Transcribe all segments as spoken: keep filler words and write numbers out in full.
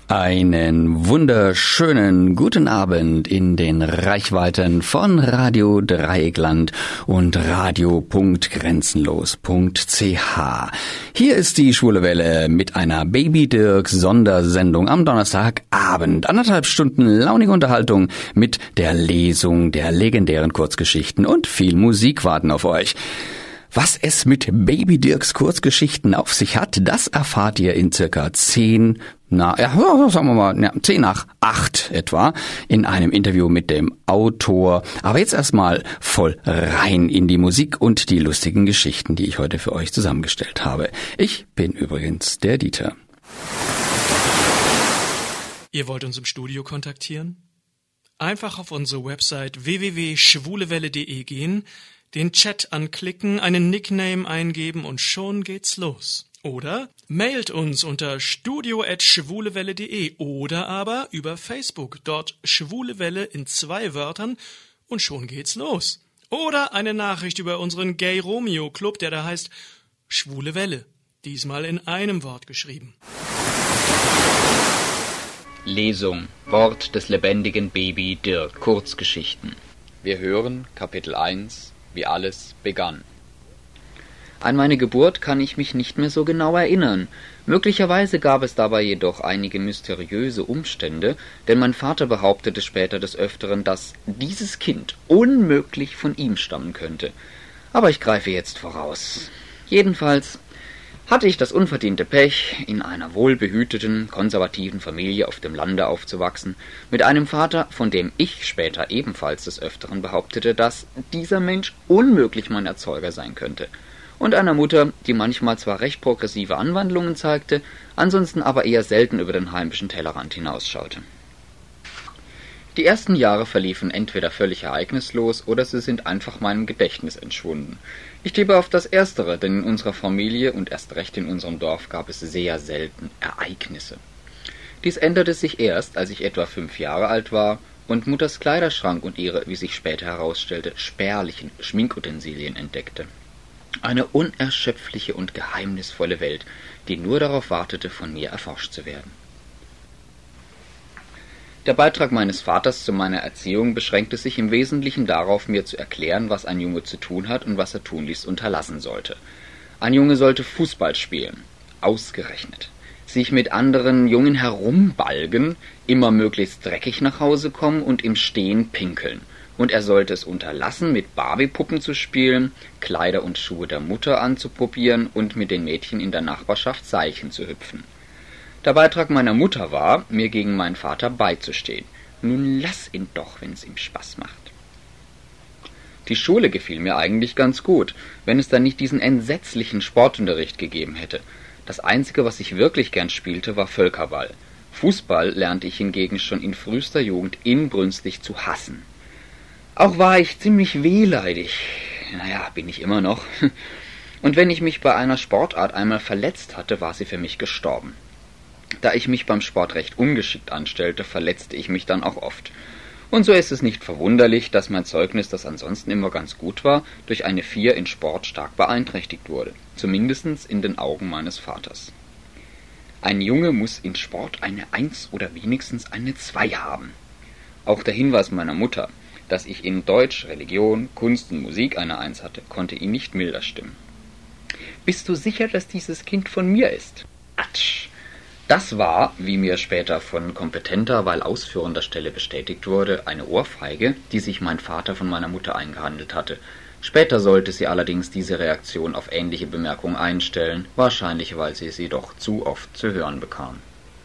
Einen wunderschönen guten Abend in den Reichweiten von Radio Dreieckland und radio punkt grenzenlos punkt c h. Hier ist die Schwule Welle mit einer Baby Dirks Sondersendung am Donnerstagabend. Anderthalb Stunden launige Unterhaltung mit der Lesung der legendären Kurzgeschichten und viel Musik warten auf euch. Was es mit Baby Dirks Kurzgeschichten auf sich hat, das erfahrt ihr in circa zehn, na, ja, sagen wir mal, ja, zehn nach acht etwa, in einem Interview mit dem Autor. Aber jetzt erstmal voll rein in die Musik und die lustigen Geschichten, die ich heute für euch zusammengestellt habe. Ich bin übrigens der Dieter. Ihr wollt uns im Studio kontaktieren? Einfach auf unsere Website w w w punkt schwulewelle punkt de gehen, den Chat anklicken, einen Nickname eingeben und schon geht's los. Oder mailt uns unter studio at schwulewelle punkt de oder aber über Facebook, dort Schwulewelle in zwei Wörtern und schon geht's los. Oder eine Nachricht über unseren Gay Romeo Club, der da heißt Schwule Welle, diesmal in einem Wort geschrieben. Lesung, Wort des lebendigen Baby Dirk, Kurzgeschichten. Wir hören Kapitel eins, wie alles begann. An meine Geburt kann ich mich nicht mehr so genau erinnern. Möglicherweise gab es dabei jedoch einige mysteriöse Umstände, denn mein Vater behauptete später des Öfteren, dass dieses Kind unmöglich von ihm stammen könnte. Aber ich greife jetzt voraus. Jedenfalls hatte ich das unverdiente Pech, in einer wohlbehüteten, konservativen Familie auf dem Lande aufzuwachsen, mit einem Vater, von dem ich später ebenfalls des Öfteren behauptete, dass dieser Mensch unmöglich mein Erzeuger sein könnte, und einer Mutter, die manchmal zwar recht progressive Anwandlungen zeigte, ansonsten aber eher selten über den heimischen Tellerrand hinausschaute. Die ersten Jahre verliefen entweder völlig ereignislos oder sie sind einfach meinem Gedächtnis entschwunden. Ich tippe auf das Erstere, denn in unserer Familie und erst recht in unserem Dorf gab es sehr selten Ereignisse. Dies änderte sich erst, als ich etwa fünf Jahre alt war und Mutters Kleiderschrank und ihre, wie sich später herausstellte, spärlichen Schminkutensilien entdeckte. Eine unerschöpfliche und geheimnisvolle Welt, die nur darauf wartete, von mir erforscht zu werden. Der Beitrag meines Vaters zu meiner Erziehung beschränkte sich im Wesentlichen darauf, mir zu erklären, was ein Junge zu tun hat und was er tunlichst unterlassen sollte. Ein Junge sollte Fußball spielen, ausgerechnet, sich mit anderen Jungen herumbalgen, immer möglichst dreckig nach Hause kommen und im Stehen pinkeln. Und er sollte es unterlassen, mit Barbiepuppen zu spielen, Kleider und Schuhe der Mutter anzuprobieren und mit den Mädchen in der Nachbarschaft Seilchen zu hüpfen. Der Beitrag meiner Mutter war, mir gegen meinen Vater beizustehen. Nun lass ihn doch, wenn's ihm Spaß macht. Die Schule gefiel mir eigentlich ganz gut, wenn es dann nicht diesen entsetzlichen Sportunterricht gegeben hätte. Das Einzige, was ich wirklich gern spielte, war Völkerball. Fußball lernte ich hingegen schon in frühester Jugend inbrünstig zu hassen. Auch war ich ziemlich wehleidig. Naja, bin ich immer noch. Und wenn ich mich bei einer Sportart einmal verletzt hatte, war sie für mich gestorben. Da ich mich beim Sport recht ungeschickt anstellte, verletzte ich mich dann auch oft. Und so ist es nicht verwunderlich, dass mein Zeugnis, das ansonsten immer ganz gut war, durch eine vier in Sport stark beeinträchtigt wurde. Zumindest in den Augen meines Vaters. Ein Junge muss in Sport eine Eins oder wenigstens eine Zwei haben. Auch der Hinweis meiner Mutter, dass ich in Deutsch, Religion, Kunst und Musik eine Eins hatte, konnte ihn nicht milder stimmen. »Bist du sicher, dass dieses Kind von mir ist?« Atsch! Das war, wie mir später von kompetenter, weil ausführender Stelle bestätigt wurde, eine Ohrfeige, die sich mein Vater von meiner Mutter eingehandelt hatte. Später sollte sie allerdings diese Reaktion auf ähnliche Bemerkungen einstellen, wahrscheinlich weil sie sie doch zu oft zu hören bekam.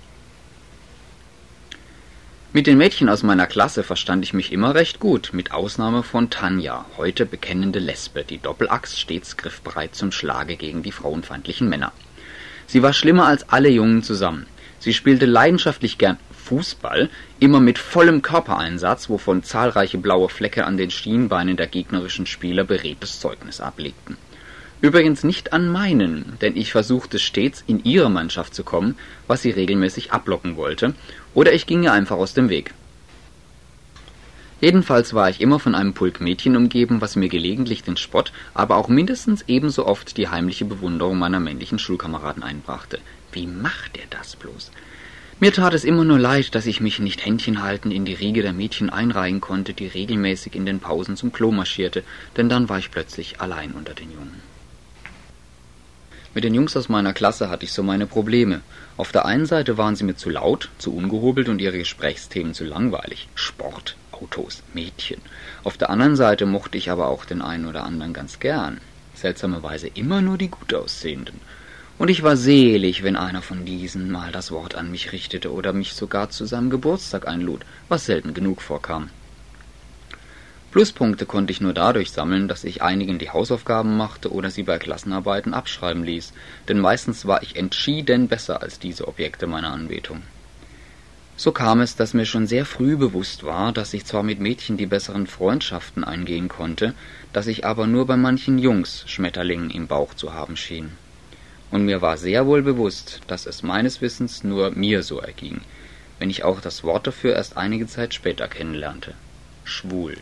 Mit den Mädchen aus meiner Klasse verstand ich mich immer recht gut, mit Ausnahme von Tanja, heute bekennende Lesbe, die Doppelaxt stets griffbereit zum Schlage gegen die frauenfeindlichen Männer. Sie war schlimmer als alle Jungen zusammen. Sie spielte leidenschaftlich gern Fußball, immer mit vollem Körpereinsatz, wovon zahlreiche blaue Flecke an den Schienbeinen der gegnerischen Spieler beredtes Zeugnis ablegten. Übrigens nicht an meinen, denn ich versuchte stets in ihre Mannschaft zu kommen, was sie regelmäßig ablocken wollte, oder ich ging ihr einfach aus dem Weg. Jedenfalls war ich immer von einem Pulk Mädchen umgeben, was mir gelegentlich den Spott, aber auch mindestens ebenso oft die heimliche Bewunderung meiner männlichen Schulkameraden einbrachte. Wie macht er das bloß? Mir tat es immer nur leid, dass ich mich nicht händchenhaltend in die Riege der Mädchen einreihen konnte, die regelmäßig in den Pausen zum Klo marschierte, denn dann war ich plötzlich allein unter den Jungen. Mit den Jungs aus meiner Klasse hatte ich so meine Probleme. Auf der einen Seite waren sie mir zu laut, zu ungehobelt und ihre Gesprächsthemen zu langweilig. Sport, Autos, Mädchen. Auf der anderen Seite mochte ich aber auch den einen oder anderen ganz gern. Seltsamerweise immer nur die gut aussehenden. Und ich war selig, wenn einer von diesen mal das Wort an mich richtete oder mich sogar zu seinem Geburtstag einlud, was selten genug vorkam. Pluspunkte konnte ich nur dadurch sammeln, dass ich einigen die Hausaufgaben machte oder sie bei Klassenarbeiten abschreiben ließ, denn meistens war ich entschieden besser als diese Objekte meiner Anbetung. So kam es, dass mir schon sehr früh bewusst war, dass ich zwar mit Mädchen die besseren Freundschaften eingehen konnte, dass ich aber nur bei manchen Jungs Schmetterlingen im Bauch zu haben schien. Und mir war sehr wohl bewusst, dass es meines Wissens nur mir so erging, wenn ich auch das Wort dafür erst einige Zeit später kennenlernte. Schwul.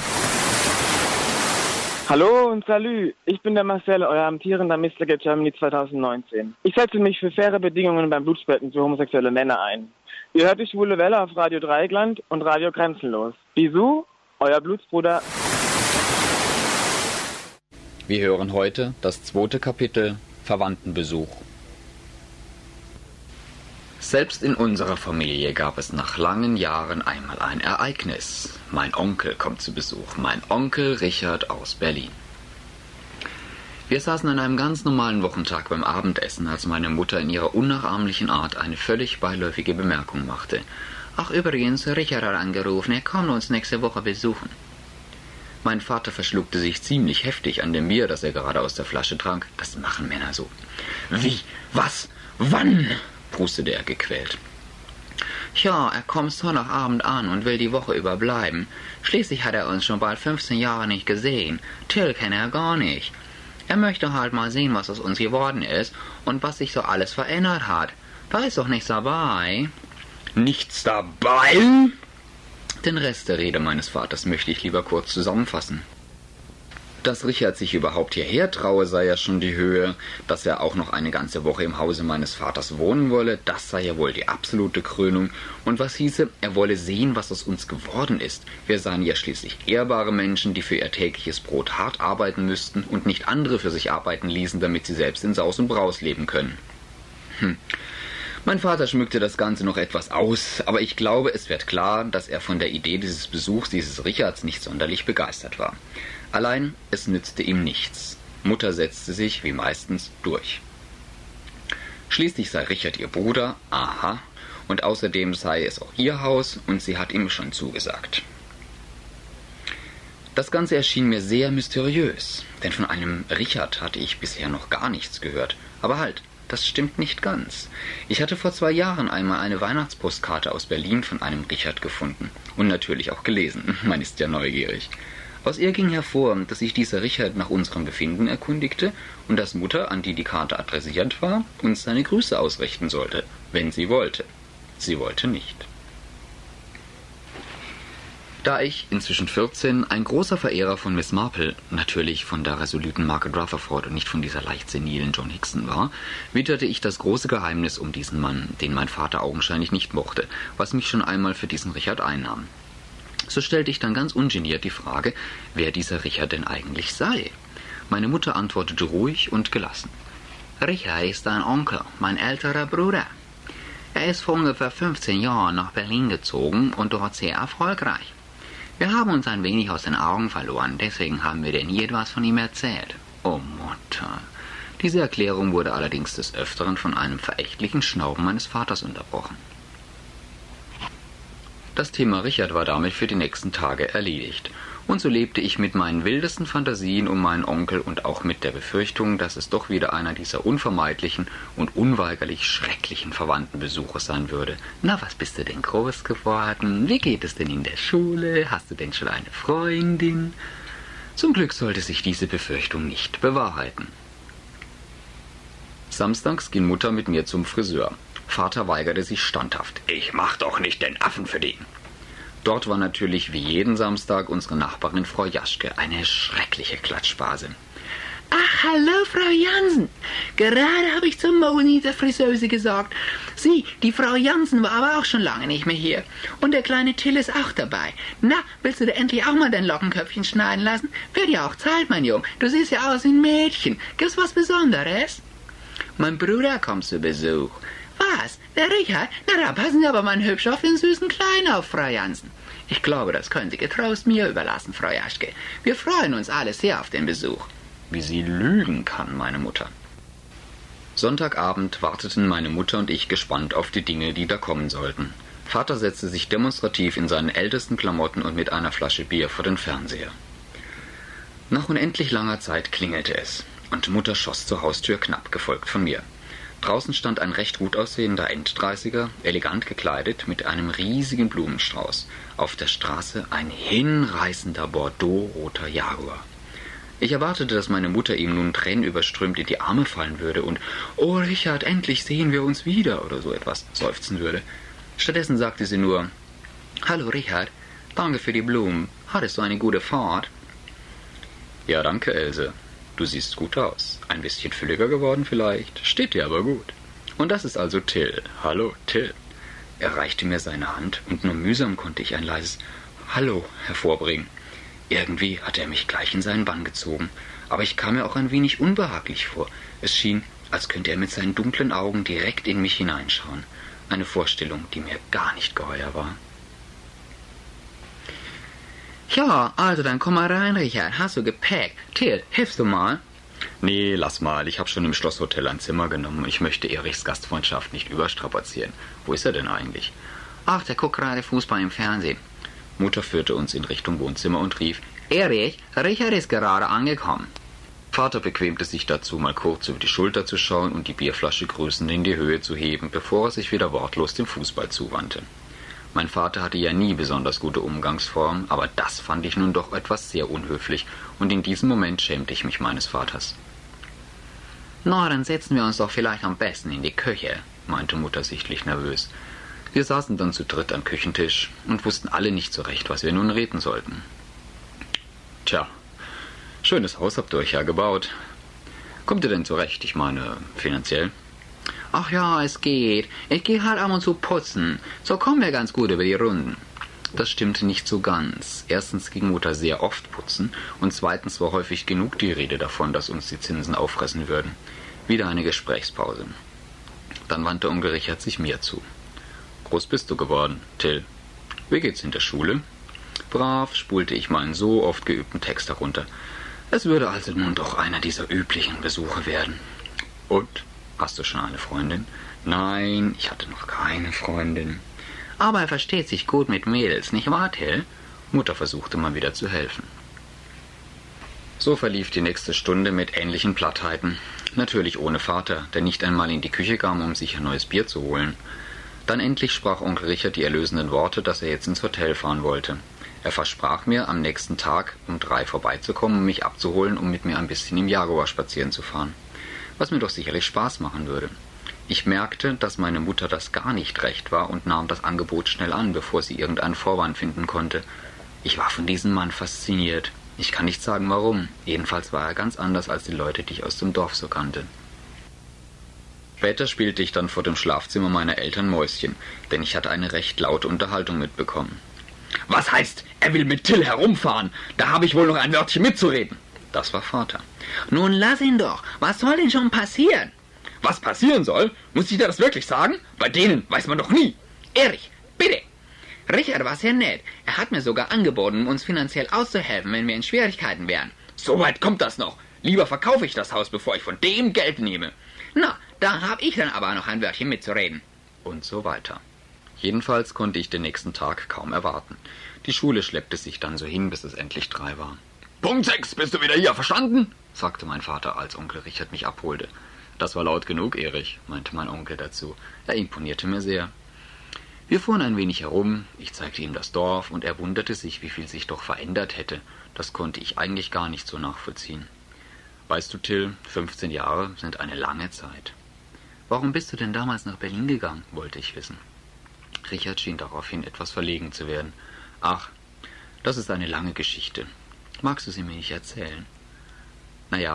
Hallo und salü, ich bin der Marcel, euer amtierender Mister Germany zwanzig neunzehn. Ich setze mich für faire Bedingungen beim Blutspenden für homosexuelle Männer ein. Ihr hört die Schwule Welle auf Radio Dreieckland und Radio Grenzenlos. Bisous, euer Blutsbruder. Wir hören heute das zweite Kapitel Verwandtenbesuch. Selbst in unserer Familie gab es nach langen Jahren einmal ein Ereignis. Mein Onkel kommt zu Besuch, mein Onkel Richard aus Berlin. Wir saßen an einem ganz normalen Wochentag beim Abendessen, als meine Mutter in ihrer unnachahmlichen Art eine völlig beiläufige Bemerkung machte. Ach übrigens, Richard hat angerufen, er kommt uns nächste Woche besuchen. Mein Vater verschluckte sich ziemlich heftig an dem Bier, das er gerade aus der Flasche trank. Das machen Männer so. Wie? Was? Wann? Prustete er gequält. Ja, er kommt Sonntagabend an und will die Woche überbleiben. Schließlich hat er uns schon bald fünfzehn Jahre nicht gesehen. Till kennt er gar nicht. Er möchte halt mal sehen, was aus uns geworden ist und was sich so alles verändert hat. Da ist doch nichts dabei. Nichts dabei? Den Rest der Rede meines Vaters möchte ich lieber kurz zusammenfassen. Dass Richard sich überhaupt hierher traue, sei ja schon die Höhe. Dass er auch noch eine ganze Woche im Hause meines Vaters wohnen wolle, das sei ja wohl die absolute Krönung. Und was hieße, er wolle sehen, was aus uns geworden ist. Wir seien ja schließlich ehrbare Menschen, die für ihr tägliches Brot hart arbeiten müssten und nicht andere für sich arbeiten ließen, damit sie selbst in Saus und Braus leben können. Hm. Mein Vater schmückte das Ganze noch etwas aus, aber ich glaube, es wird klar, dass er von der Idee dieses Besuchs dieses Richards nicht sonderlich begeistert war. Allein, es nützte ihm nichts. Mutter setzte sich, wie meistens, durch. Schließlich sei Richard ihr Bruder, aha, und außerdem sei es auch ihr Haus, und sie hat ihm schon zugesagt. Das Ganze erschien mir sehr mysteriös, denn von einem Richard hatte ich bisher noch gar nichts gehört. Aber halt, das stimmt nicht ganz. Ich hatte vor zwei Jahren einmal eine Weihnachtspostkarte aus Berlin von einem Richard gefunden und natürlich auch gelesen. Man ist ja neugierig. Aus ihr ging hervor, dass sich dieser Richard nach unserem Befinden erkundigte und dass Mutter, an die die Karte adressiert war, uns seine Grüße ausrichten sollte, wenn sie wollte. Sie wollte nicht. Da ich, inzwischen vierzehn, ein großer Verehrer von Miss Marple, natürlich von der resoluten Margaret Rutherford und nicht von dieser leicht senilen John Hickson war, witterte ich das große Geheimnis um diesen Mann, den mein Vater augenscheinlich nicht mochte, was mich schon einmal für diesen Richard einnahm. So stellte ich dann ganz ungeniert die Frage, wer dieser Richard denn eigentlich sei. Meine Mutter antwortete ruhig und gelassen. Richard ist dein Onkel, mein älterer Bruder. Er ist vor ungefähr fünfzehn Jahren nach Berlin gezogen und dort sehr erfolgreich. Wir haben uns ein wenig aus den Augen verloren, deswegen haben wir dir nie etwas von ihm erzählt. Oh Mutter. Diese Erklärung wurde allerdings des Öfteren von einem verächtlichen Schnauben meines Vaters unterbrochen. Das Thema Richard war damit für die nächsten Tage erledigt. Und so lebte ich mit meinen wildesten Fantasien um meinen Onkel und auch mit der Befürchtung, dass es doch wieder einer dieser unvermeidlichen und unweigerlich schrecklichen Verwandtenbesuche sein würde. Na, was bist du denn groß geworden? Wie geht es denn in der Schule? Hast du denn schon eine Freundin? Zum Glück sollte sich diese Befürchtung nicht bewahrheiten. Samstags ging Mutter mit mir zum Friseur. Vater weigerte sich standhaft. Ich mach doch nicht den Affen für den. Dort war natürlich wie jeden Samstag unsere Nachbarin Frau Jaschke, eine schreckliche Klatschbase. Ach, hallo, Frau Jansen. Gerade habe ich zur Moni, der Friseuse, gesagt. Sie, die Frau Jansen war aber auch schon lange nicht mehr hier. Und der kleine Till ist auch dabei. Na, willst du dir endlich auch mal dein Lockenköpfchen schneiden lassen? Wird ja auch Zeit, mein Junge. Du siehst ja aus wie ein Mädchen. Gibt's was Besonderes? Mein Bruder kommt zu Besuch. Was? Der Richard? Na, da passen Sie aber mal hübsch auf den süßen Kleinen auf, Frau Jansen. Ich glaube, das können Sie getrost mir überlassen, Frau Jaschke. Wir freuen uns alle sehr auf den Besuch. Wie sie lügen kann, meine Mutter. Sonntagabend warteten meine Mutter und ich gespannt auf die Dinge, die da kommen sollten. Vater setzte sich demonstrativ in seinen ältesten Klamotten und mit einer Flasche Bier vor den Fernseher. Nach unendlich langer Zeit klingelte es, und Mutter schoss zur Haustür, knapp gefolgt von mir. Draußen stand ein recht gut aussehender Enddreißiger, elegant gekleidet, mit einem riesigen Blumenstrauß. Auf der Straße ein hinreißender bordeaux-roter Jaguar. Ich erwartete, dass meine Mutter ihm nun tränenüberströmt in die Arme fallen würde und »Oh, Richard, endlich sehen wir uns wieder« oder so etwas seufzen würde. Stattdessen sagte sie nur »Hallo, Richard, danke für die Blumen. Hattest du eine gute Fahrt?« »Ja, danke, Else. Du siehst gut aus. Ein bisschen fülliger geworden vielleicht. Steht dir aber gut. Und das ist also Till. Hallo, Till.« Er reichte mir seine Hand und nur mühsam konnte ich ein leises »Hallo« hervorbringen. Irgendwie hatte er mich gleich in seinen Bann gezogen, aber ich kam mir auch ein wenig unbehaglich vor. Es schien, als könnte er mit seinen dunklen Augen direkt in mich hineinschauen. Eine Vorstellung, die mir gar nicht geheuer war. »Ja, also dann komm mal rein, Richard. Hast du Gepäck? Till, hilfst du mal?« »Nee, lass mal. Ich habe schon im Schlosshotel ein Zimmer genommen. Ich möchte Erichs Gastfreundschaft nicht überstrapazieren. Wo ist er denn eigentlich?« »Ach, der guckt gerade Fußball im Fernsehen.« Mutter führte uns in Richtung Wohnzimmer und rief, »Erich, Richard ist gerade angekommen.« Vater bequemte sich dazu, mal kurz über die Schulter zu schauen und die Bierflasche grüßend in die Höhe zu heben, bevor er sich wieder wortlos dem Fußball zuwandte. Mein Vater hatte ja nie besonders gute Umgangsformen, aber das fand ich nun doch etwas sehr unhöflich, und in diesem Moment schämte ich mich meines Vaters. »Na, dann setzen wir uns doch vielleicht am besten in die Küche«, meinte Mutter sichtlich nervös. Wir saßen dann zu dritt am Küchentisch und wussten alle nicht so recht, was wir nun reden sollten. »Tja, schönes Haus habt ihr euch ja gebaut. Kommt ihr denn zurecht, ich meine, finanziell?« »Ach ja, es geht. Ich gehe halt ab und zu putzen. So kommen wir ganz gut über die Runden.« Das stimmte nicht so ganz. Erstens ging Mutter sehr oft putzen und zweitens war häufig genug die Rede davon, dass uns die Zinsen auffressen würden. Wieder eine Gesprächspause. Dann wandte Onkel Richard sich mir zu. »Groß bist du geworden, Till. Wie geht's in der Schule?« Brav spulte ich meinen so oft geübten Text herunter. Es würde also nun doch einer dieser üblichen Besuche werden. »Und? Hast du schon eine Freundin?« »Nein, ich hatte noch keine Freundin.« »Aber er versteht sich gut mit Mädels, nicht wahr, Till?« Mutter versuchte mal wieder zu helfen. So verlief die nächste Stunde mit ähnlichen Plattheiten. Natürlich ohne Vater, der nicht einmal in die Küche kam, um sich ein neues Bier zu holen. Dann endlich sprach Onkel Richard die erlösenden Worte, dass er jetzt ins Hotel fahren wollte. Er versprach mir, am nächsten Tag um drei vorbeizukommen, um mich abzuholen, um mit mir ein bisschen im Jaguar spazieren zu fahren. Was mir doch sicherlich Spaß machen würde. Ich merkte, dass meine Mutter das gar nicht recht war und nahm das Angebot schnell an, bevor sie irgendeinen Vorwand finden konnte. Ich war von diesem Mann fasziniert. Ich kann nicht sagen, warum. Jedenfalls war er ganz anders als die Leute, die ich aus dem Dorf so kannte. Später spielte ich dann vor dem Schlafzimmer meiner Eltern Mäuschen, denn ich hatte eine recht laute Unterhaltung mitbekommen. »Was heißt, er will mit Till herumfahren? Da habe ich wohl noch ein Wörtchen mitzureden.« Das war Vater. »Nun lass ihn doch. Was soll denn schon passieren?« »Was passieren soll? Muss ich dir das wirklich sagen? Bei denen weiß man doch nie.« »Erich, bitte. Richard war sehr nett. Er hat mir sogar angeboten, uns finanziell auszuhelfen, wenn wir in Schwierigkeiten wären.« »So weit kommt das noch. Lieber verkaufe ich das Haus, bevor ich von dem Geld nehme.« »Na, da habe ich dann aber noch ein Wörtchen mitzureden.« Und so weiter. Jedenfalls konnte ich den nächsten Tag kaum erwarten. Die Schule schleppte sich dann so hin, bis es endlich drei war. »Punkt sechs, bist du wieder hier, verstanden?« sagte mein Vater, als Onkel Richard mich abholte. »Das war laut genug, Erich«, meinte mein Onkel dazu. Er imponierte mir sehr. Wir fuhren ein wenig herum, ich zeigte ihm das Dorf, und er wunderte sich, wie viel sich doch verändert hätte. Das konnte ich eigentlich gar nicht so nachvollziehen. »Weißt du, Till, fünfzehn Jahre sind eine lange Zeit.« »Warum bist du denn damals nach Berlin gegangen?« wollte ich wissen. Richard schien daraufhin etwas verlegen zu werden. »Ach, das ist eine lange Geschichte. Magst du sie mir nicht erzählen?« »Na ja,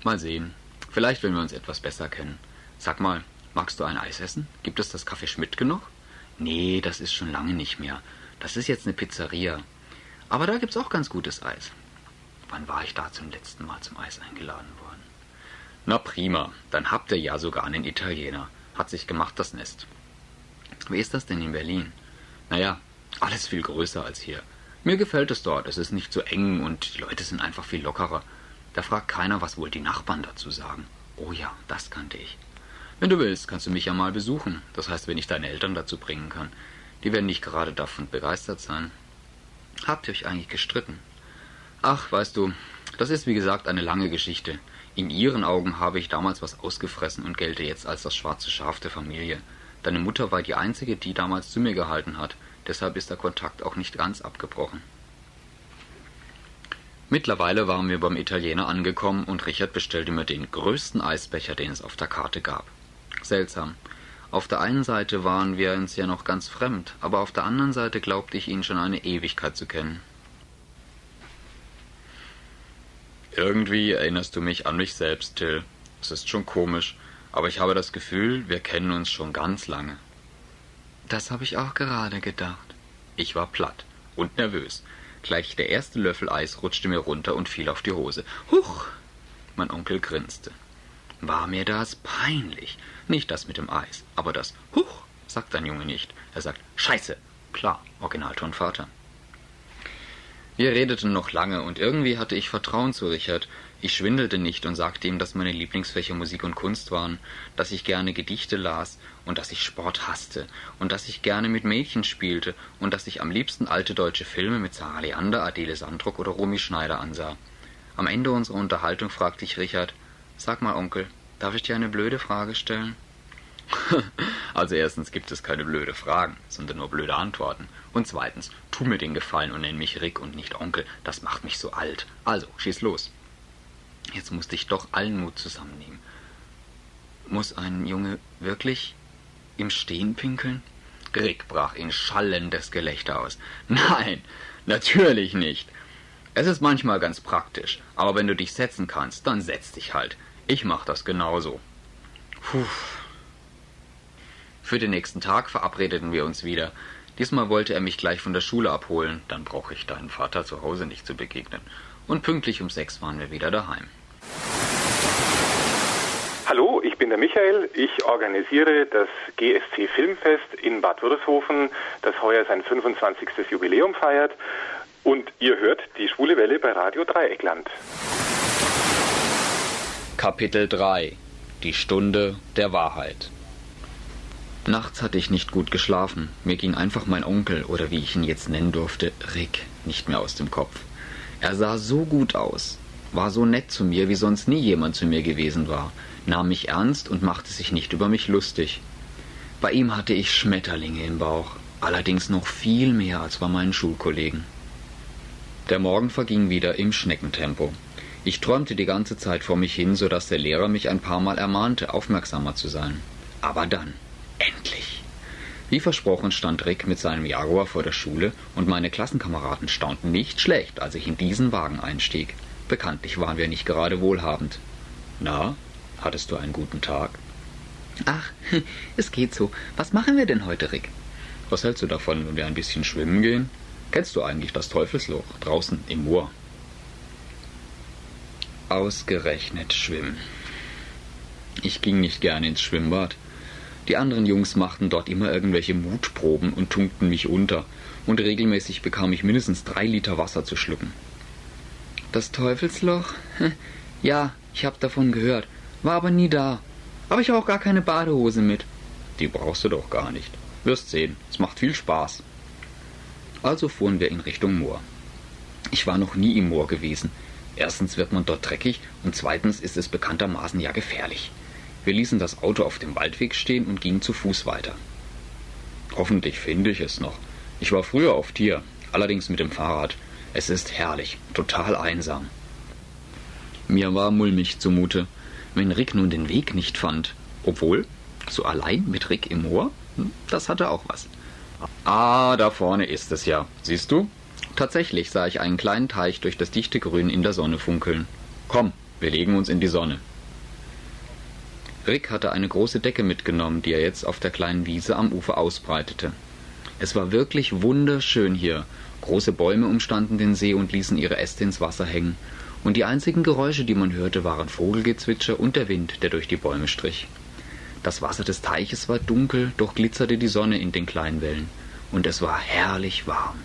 Mal sehen. Vielleicht, wenn wir uns etwas besser kennen. Sag mal, magst du ein Eis essen? Gibt es das Café Schmidtke noch? Nee, das ist schon lange nicht mehr. Das ist jetzt eine Pizzeria. Aber da gibt's auch ganz gutes Eis. Wann war ich da zum letzten Mal zum Eis eingeladen worden? Na prima, dann habt ihr ja sogar einen Italiener. Hat sich gemacht, das Nest. Wie ist das denn in Berlin? Naja, alles viel größer als hier. Mir gefällt es dort, es ist nicht so eng und die Leute sind einfach viel lockerer. Da fragt keiner, was wohl die Nachbarn dazu sagen. Oh ja, das kannte ich. Wenn du willst, kannst du mich ja mal besuchen. Das heißt, wenn ich deine Eltern dazu bringen kann. Die werden nicht gerade davon begeistert sein. Habt ihr euch eigentlich gestritten? Ach, weißt du, das ist wie gesagt eine lange Geschichte. In ihren Augen habe ich damals was ausgefressen und gelte jetzt als das schwarze Schaf der Familie. Deine Mutter war die einzige, die damals zu mir gehalten hat. Deshalb ist der Kontakt auch nicht ganz abgebrochen. Mittlerweile waren wir beim Italiener angekommen und Richard bestellte mir den größten Eisbecher, den es auf der Karte gab. Seltsam. Auf der einen Seite waren wir uns ja noch ganz fremd, aber auf der anderen Seite glaubte ich ihn schon eine Ewigkeit zu kennen. Irgendwie erinnerst du mich an mich selbst, Till. Es ist schon komisch, aber ich habe das Gefühl, wir kennen uns schon ganz lange. Das habe ich auch gerade gedacht. Ich war platt und nervös. Gleich der erste Löffel Eis rutschte mir runter und fiel auf die Hose. Huch! Mein Onkel grinste. War mir das peinlich. Nicht das mit dem Eis, aber das Huch sagt ein Junge nicht. Er sagt Scheiße. Klar, Originalton Vater. Wir redeten noch lange und irgendwie hatte ich Vertrauen zu Richard. Ich schwindelte nicht und sagte ihm, dass meine Lieblingsfächer Musik und Kunst waren, dass ich gerne Gedichte las und dass ich Sport hasste und dass ich gerne mit Mädchen spielte und dass ich am liebsten alte deutsche Filme mit Sarah Leander, Adele Sandrock oder Romy Schneider ansah. Am Ende unserer Unterhaltung fragte ich Richard, sag mal, Onkel, darf ich dir eine blöde Frage stellen? Also erstens gibt es keine blöde Fragen, sondern nur blöde Antworten. Und zweitens, tu mir den Gefallen und nenn mich Rick und nicht Onkel, das macht mich so alt. Also, schieß los. Jetzt musste ich doch allen Mut zusammennehmen. Muss ein Junge wirklich im Stehen pinkeln? Rick brach in schallendes Gelächter aus. Nein, natürlich nicht. Es ist manchmal ganz praktisch, aber wenn du dich setzen kannst, dann setz dich halt. Ich mach das genauso. Puh. Für den nächsten Tag verabredeten wir uns wieder. Diesmal wollte er mich gleich von der Schule abholen, dann brauche ich deinem Vater zu Hause nicht zu begegnen. Und pünktlich um sechs waren wir wieder daheim. Hallo, ich bin der Michael. Ich organisiere das G S C Filmfest in Bad Würreshofen, das heuer sein fünfundzwanzigstes Jubiläum feiert. Und ihr hört die Schwule Welle bei Radio Dreieckland. Kapitel drei. Die Stunde der Wahrheit. Nachts hatte ich nicht gut geschlafen. Mir ging einfach mein Onkel, oder wie ich ihn jetzt nennen durfte, Rick, nicht mehr aus dem Kopf. Er sah so gut aus, war so nett zu mir, wie sonst nie jemand zu mir gewesen war, nahm mich ernst und machte sich nicht über mich lustig. Bei ihm hatte ich Schmetterlinge im Bauch, allerdings noch viel mehr als bei meinen Schulkollegen. Der Morgen verging wieder im Schneckentempo. Ich träumte die ganze Zeit vor mich hin, so dass der Lehrer mich ein paar Mal ermahnte, aufmerksamer zu sein. Aber dann, endlich! Wie versprochen stand Rick mit seinem Jaguar vor der Schule und meine Klassenkameraden staunten nicht schlecht, als ich in diesen Wagen einstieg. Bekanntlich waren wir nicht gerade wohlhabend. Na, hattest du einen guten Tag? Ach, es geht so. Was machen wir denn heute, Rick? Was hältst du davon, wenn wir ein bisschen schwimmen gehen? Kennst du eigentlich das Teufelsloch draußen im Moor? Ausgerechnet schwimmen. Ich ging nicht gerne ins Schwimmbad. Die anderen Jungs machten dort immer irgendwelche Mutproben und tunkten mich unter, und regelmäßig bekam ich mindestens drei Liter Wasser zu schlucken. Das Teufelsloch? Ja, ich hab davon gehört, war aber nie da. Aber ich habe auch gar keine Badehose mit. Die brauchst du doch gar nicht. Wirst sehen, es macht viel Spaß. Also fuhren wir in Richtung Moor. Ich war noch nie im Moor gewesen. Erstens wird man dort dreckig und zweitens ist es bekanntermaßen ja gefährlich. Wir ließen das Auto auf dem Waldweg stehen und gingen zu Fuß weiter. Hoffentlich finde ich es noch. Ich war früher oft hier, allerdings mit dem Fahrrad. Es ist herrlich, total einsam. Mir war mulmig zumute, wenn Rick nun den Weg nicht fand. Obwohl, so allein mit Rick im Moor, das hatte auch was. Ah, da vorne ist es ja. Siehst du? Tatsächlich sah ich einen kleinen Teich durch das dichte Grün in der Sonne funkeln. Komm, Wir legen uns in die Sonne. Rick hatte eine große Decke mitgenommen, die er jetzt auf der kleinen Wiese am Ufer ausbreitete. Es war wirklich wunderschön hier. Große Bäume umstanden den See und ließen ihre Äste ins Wasser hängen. Und die einzigen Geräusche, die man hörte, waren Vogelgezwitscher und der Wind, der durch die Bäume strich. Das Wasser des Teiches war dunkel, doch glitzerte die Sonne in den kleinen Wellen. Und es war herrlich warm.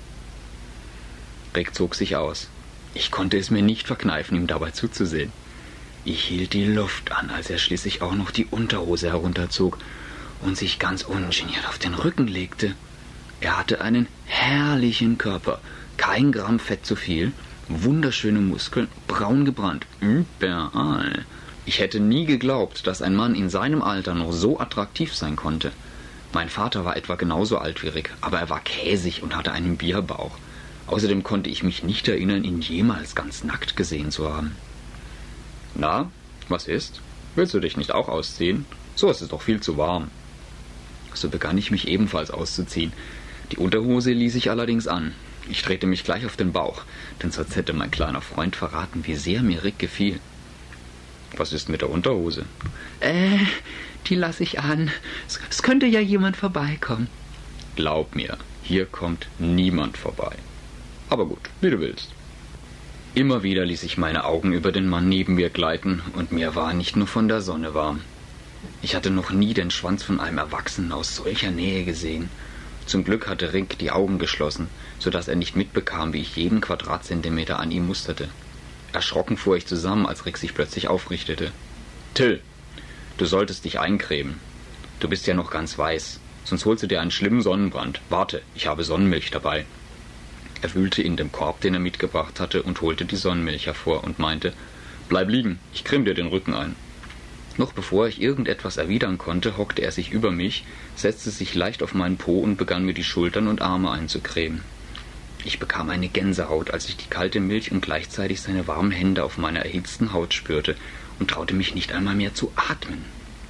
Rick zog sich aus. Ich konnte es mir nicht verkneifen, ihm dabei zuzusehen. Ich hielt die Luft an, als er schließlich auch noch die Unterhose herunterzog und sich ganz ungeniert auf den Rücken legte. Er hatte einen herrlichen Körper, kein Gramm Fett zu viel, wunderschöne Muskeln, braun gebrannt, überall. Ich hätte nie geglaubt, dass ein Mann in seinem Alter noch so attraktiv sein konnte. Mein Vater war etwa genauso alt wie Rick, aber er war käsig und hatte einen Bierbauch. Außerdem konnte ich mich nicht erinnern, ihn jemals ganz nackt gesehen zu haben. »Na, was ist? Willst du dich nicht auch ausziehen? So ist es doch viel zu warm.« So begann ich mich ebenfalls auszuziehen. Die Unterhose ließ ich allerdings an. Ich drehte mich gleich auf den Bauch, denn sonst hätte mein kleiner Freund verraten, wie sehr mir Rick gefiel. »Was ist mit der Unterhose?« »Äh, die lasse ich an. Es, es könnte ja jemand vorbeikommen.« »Glaub mir, hier kommt niemand vorbei. Aber gut, wie du willst.« Immer wieder ließ ich meine Augen über den Mann neben mir gleiten, und mir war nicht nur von der Sonne warm. Ich hatte noch nie den Schwanz von einem Erwachsenen aus solcher Nähe gesehen. Zum Glück hatte Rick die Augen geschlossen, so dass er nicht mitbekam, wie ich jeden Quadratzentimeter an ihm musterte. Erschrocken fuhr ich zusammen, als Rick sich plötzlich aufrichtete. »Till, du solltest dich eincremen. Du bist ja noch ganz weiß, sonst holst du dir einen schlimmen Sonnenbrand. Warte, ich habe Sonnenmilch dabei.« Er wühlte in dem Korb, den er mitgebracht hatte, und holte die Sonnenmilch hervor und meinte, »Bleib liegen, ich creme dir den Rücken ein.« Noch bevor ich irgendetwas erwidern konnte, hockte er sich über mich, setzte sich leicht auf meinen Po und begann mir die Schultern und Arme einzucremen. Ich bekam eine Gänsehaut, als ich die kalte Milch und gleichzeitig seine warmen Hände auf meiner erhitzten Haut spürte und traute mich nicht einmal mehr zu atmen.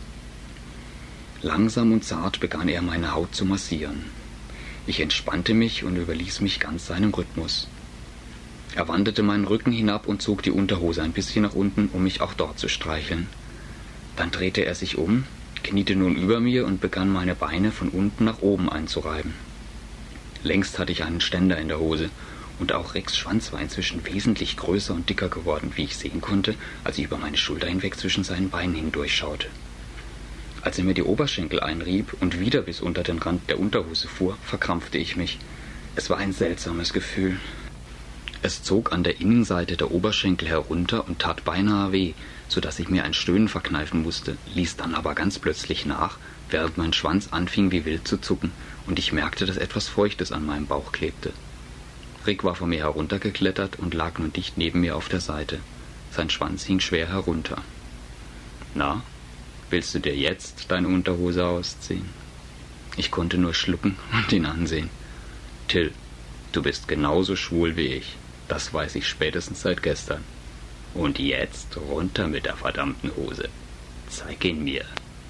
Langsam und zart begann er, meine Haut zu massieren. Ich entspannte mich und überließ mich ganz seinem Rhythmus. Er wandete meinen Rücken hinab und zog die Unterhose ein bisschen nach unten, um mich auch dort zu streicheln. Dann drehte er sich um, kniete nun über mir und begann meine Beine von unten nach oben einzureiben. Längst hatte ich einen Ständer in der Hose, und auch Ricks Schwanz war inzwischen wesentlich größer und dicker geworden, wie ich sehen konnte, als ich über meine Schulter hinweg zwischen seinen Beinen hindurchschaute. Als er mir die Oberschenkel einrieb und wieder bis unter den Rand der Unterhose fuhr, verkrampfte ich mich. Es war ein seltsames Gefühl. Es zog an der Innenseite der Oberschenkel herunter und tat beinahe weh, so dass ich mir ein Stöhnen verkneifen musste, ließ dann aber ganz plötzlich nach, während mein Schwanz anfing wie wild zu zucken, und ich merkte, dass etwas Feuchtes an meinem Bauch klebte. Rick war von mir heruntergeklettert und lag nun dicht neben mir auf der Seite. Sein Schwanz hing schwer herunter. »Na, willst du dir jetzt deine Unterhose ausziehen?« Ich konnte nur schlucken und ihn ansehen. »Till, du bist genauso schwul wie ich. Das weiß ich spätestens seit gestern. Und jetzt runter mit der verdammten Hose. Zeig ihn mir.«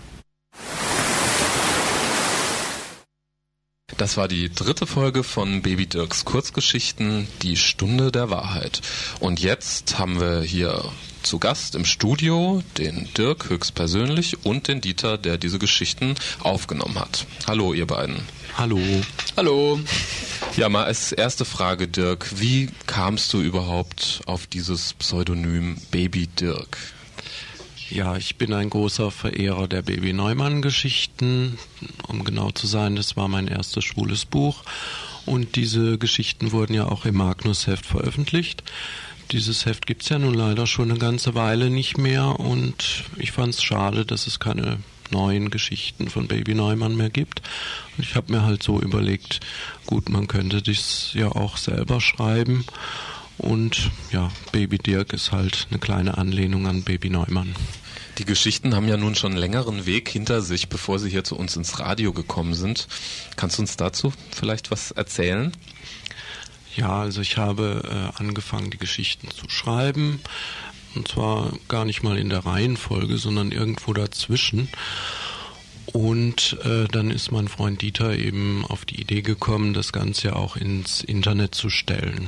Das war die dritte Folge von Baby Dirks Kurzgeschichten, die Stunde der Wahrheit. Und jetzt haben wir hier zu Gast im Studio den Dirk höchstpersönlich und den Dieter, der diese Geschichten aufgenommen hat. Hallo, ihr beiden. Hallo. Hallo. Ja, mal als erste Frage, Dirk, wie kamst du überhaupt auf dieses Pseudonym Baby Dirk? Ja, ich bin ein großer Verehrer der Baby Neumann-Geschichten. Um genau zu sein, das war mein erstes schwules Buch. Und diese Geschichten wurden ja auch im Magnus-Heft veröffentlicht. Dieses Heft gibt's ja nun leider schon eine ganze Weile nicht mehr. Und ich fand's schade, dass es keine neuen Geschichten von Baby Neumann mehr gibt. Und ich habe mir halt so überlegt, gut, man könnte das ja auch selber schreiben. Und ja, Baby Dirk ist halt eine kleine Anlehnung an Baby Neumann. Die Geschichten haben ja nun schon einen längeren Weg hinter sich, bevor sie hier zu uns ins Radio gekommen sind. Kannst du uns dazu vielleicht was erzählen? Ja, also ich habe äh, angefangen, die Geschichten zu schreiben. Und zwar gar nicht mal in der Reihenfolge, sondern irgendwo dazwischen. Und äh, dann ist mein Freund Dieter eben auf die Idee gekommen, das Ganze ja auch ins Internet zu stellen.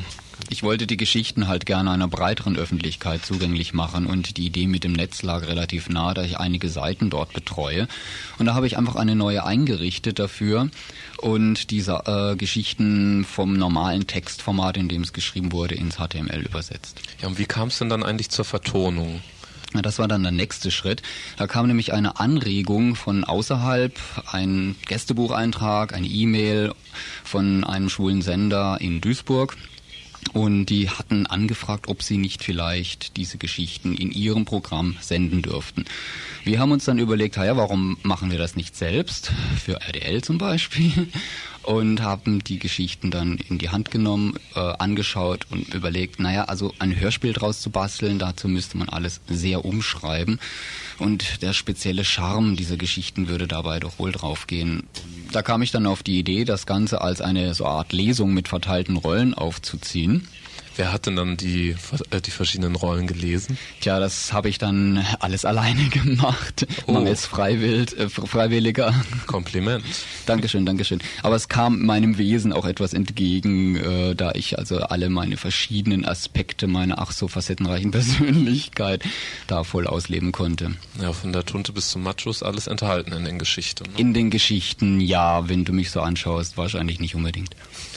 Ich wollte die Geschichten halt gerne einer breiteren Öffentlichkeit zugänglich machen und die Idee mit dem Netz lag relativ nah, da ich einige Seiten dort betreue. Und da habe ich einfach eine neue eingerichtet dafür und diese äh, Geschichten vom normalen Textformat, in dem es geschrieben wurde, ins H T M L übersetzt. Ja, und wie kam es denn dann eigentlich zur Vertonung? Ja, das war dann der nächste Schritt. Da kam nämlich eine Anregung von außerhalb, ein Gästebucheintrag, eine E-Mail von einem schwulen Sender in Duisburg. Und die hatten angefragt, ob sie nicht vielleicht diese Geschichten in ihrem Programm senden dürften. Wir haben uns dann überlegt, ja, warum machen wir das nicht selbst, für R T L zum Beispiel, und haben die Geschichten dann in die Hand genommen, äh, angeschaut und überlegt, naja, also ein Hörspiel draus zu basteln, dazu müsste man alles sehr umschreiben und der spezielle Charme dieser Geschichten würde dabei doch wohl draufgehen. Da kam ich dann auf die Idee, das Ganze als eine so Art Lesung mit verteilten Rollen aufzuziehen. Wer hat denn dann die, äh, die verschiedenen Rollen gelesen? Tja, das habe ich dann alles alleine gemacht. Oh. Mangels Freiwild, äh, Freiwilliger. Kompliment. Dankeschön, Dankeschön. Aber es kam meinem Wesen auch etwas entgegen, äh, da ich also alle meine verschiedenen Aspekte meiner ach so facettenreichen Persönlichkeit da voll ausleben konnte. Ja, von der Tunte bis zum Macho ist alles enthalten in den Geschichten. Ne? In den Geschichten, ja, wenn du mich so anschaust, wahrscheinlich nicht unbedingt.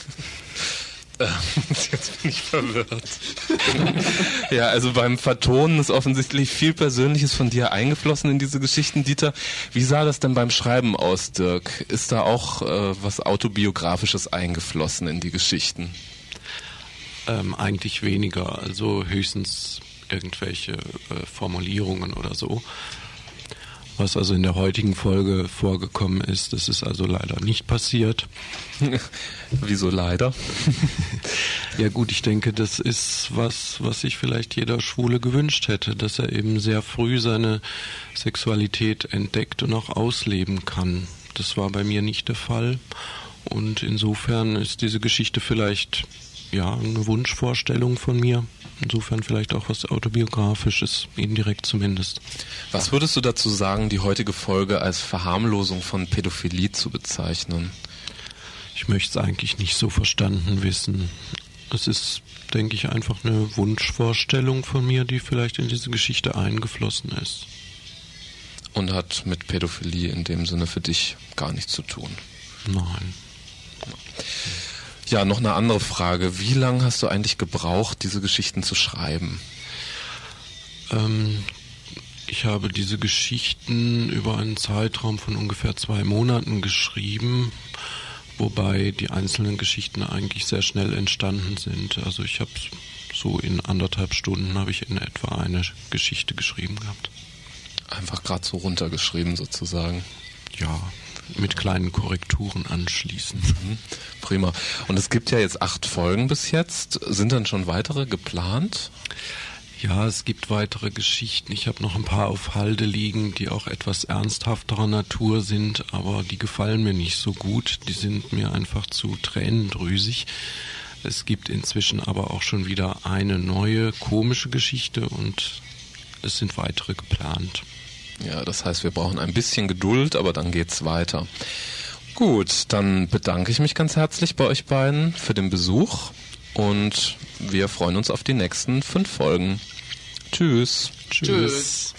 Jetzt bin ich verwirrt. Ja, also beim Vertonen ist offensichtlich viel Persönliches von dir eingeflossen in diese Geschichten. Dieter, wie sah das denn beim Schreiben aus, Dirk? Ist da auch äh, was Autobiografisches eingeflossen in die Geschichten? Ähm, eigentlich weniger, also höchstens irgendwelche äh, Formulierungen oder so. Was also in der heutigen Folge vorgekommen ist, das ist also leider nicht passiert. Wieso leider? Ja gut, ich denke, das ist was, was sich vielleicht jeder Schwule gewünscht hätte, dass er eben sehr früh seine Sexualität entdeckt und auch ausleben kann. Das war bei mir nicht der Fall und insofern ist diese Geschichte vielleicht ja eine Wunschvorstellung von mir. Insofern vielleicht auch was Autobiografisches, indirekt zumindest. Was würdest du dazu sagen, die heutige Folge als Verharmlosung von Pädophilie zu bezeichnen? Ich möchte es eigentlich nicht so verstanden wissen. Es ist, denke ich, einfach eine Wunschvorstellung von mir, die vielleicht in diese Geschichte eingeflossen ist. Und hat mit Pädophilie in dem Sinne für dich gar nichts zu tun? Nein. Ja, noch eine andere Frage. Wie lange hast du eigentlich gebraucht, diese Geschichten zu schreiben? Ähm, ich habe diese Geschichten über einen Zeitraum von ungefähr zwei Monaten geschrieben, wobei die einzelnen Geschichten eigentlich sehr schnell entstanden sind. Also ich habe so in anderthalb Stunden habe ich in etwa eine Geschichte geschrieben gehabt. Einfach gerade so runtergeschrieben sozusagen? Ja, mit kleinen Korrekturen anschließend. Mhm. Prima. Und es gibt ja jetzt acht Folgen bis jetzt. Sind dann schon weitere geplant? Ja, es gibt weitere Geschichten. Ich habe noch ein paar auf Halde liegen, die auch etwas ernsthafterer Natur sind, aber die gefallen mir nicht so gut. Die sind mir einfach zu tränendrüsig. Es gibt inzwischen aber auch schon wieder eine neue komische Geschichte und es sind weitere geplant. Ja, das heißt, wir brauchen ein bisschen Geduld, aber dann geht's weiter. Gut, dann bedanke ich mich ganz herzlich bei euch beiden für den Besuch und wir freuen uns auf die nächsten fünf Folgen. Tschüss. Tschüss. Tschüss.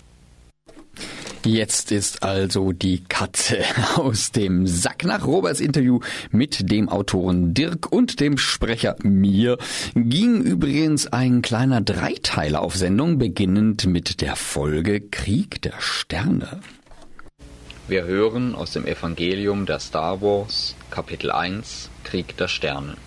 Jetzt ist also die Katze aus dem Sack. Nach Roberts Interview mit dem Autoren Dirk und dem Sprecher mir ging übrigens ein kleiner Dreiteiler auf Sendung, beginnend mit der Folge Krieg der Sterne. Wir hören aus dem Evangelium der Star Wars, Kapitel eins, Krieg der Sterne.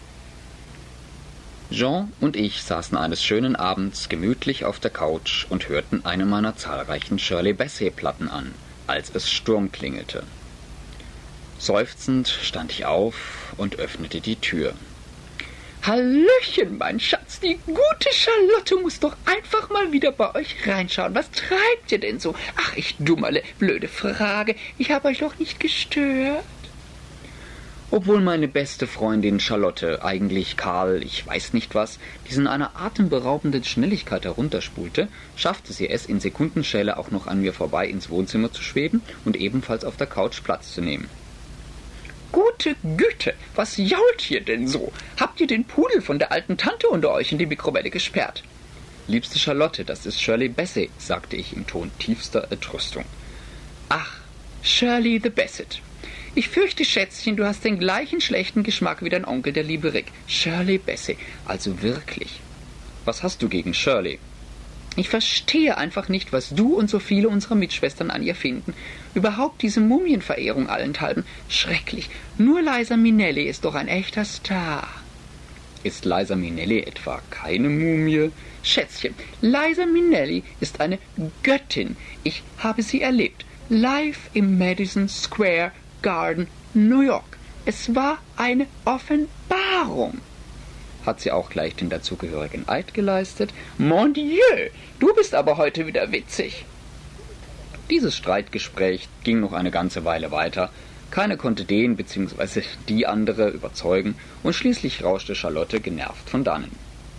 Jean und ich saßen eines schönen Abends gemütlich auf der Couch und hörten eine meiner zahlreichen Shirley Bassey-Platten an, als es Sturm klingelte. Seufzend stand ich auf und öffnete die Tür. »Hallöchen, mein Schatz, die gute Charlotte muss doch einfach mal wieder bei euch reinschauen. Was treibt ihr denn so? Ach, ich Dummerle, blöde Frage, ich habe euch doch nicht gestört.« Obwohl meine beste Freundin Charlotte, eigentlich Karl, ich weiß nicht was, diesen einer atemberaubenden Schnelligkeit herunterspulte, schaffte sie es in Sekundenschnelle auch noch an mir vorbei ins Wohnzimmer zu schweben und ebenfalls auf der Couch Platz zu nehmen. Gute Güte, was jault ihr denn so? Habt ihr den Pudel von der alten Tante unter euch in die Mikrowelle gesperrt? Liebste Charlotte, das ist Shirley Bassey, sagte ich im Ton tiefster Entrüstung. Ach, Shirley the Bassett. Ich fürchte, Schätzchen, du hast den gleichen schlechten Geschmack wie dein Onkel, der liebe Rick. Shirley Bassey, also wirklich. Was hast du gegen Shirley? Ich verstehe einfach nicht, was du und so viele unserer Mitschwestern an ihr finden. Überhaupt diese Mumienverehrung allenthalben. Schrecklich. Nur Liza Minnelli ist doch ein echter Star. Ist Liza Minnelli etwa keine Mumie? Schätzchen, Liza Minnelli ist eine Göttin. Ich habe sie erlebt. Live im Madison Square Garden, New York. Es war eine Offenbarung. Hat sie auch gleich den dazugehörigen Eid geleistet? Mon Dieu, du bist aber heute wieder witzig. Dieses Streitgespräch ging noch eine ganze Weile weiter. Keiner konnte den bzw. die andere überzeugen und schließlich rauschte Charlotte genervt von dannen.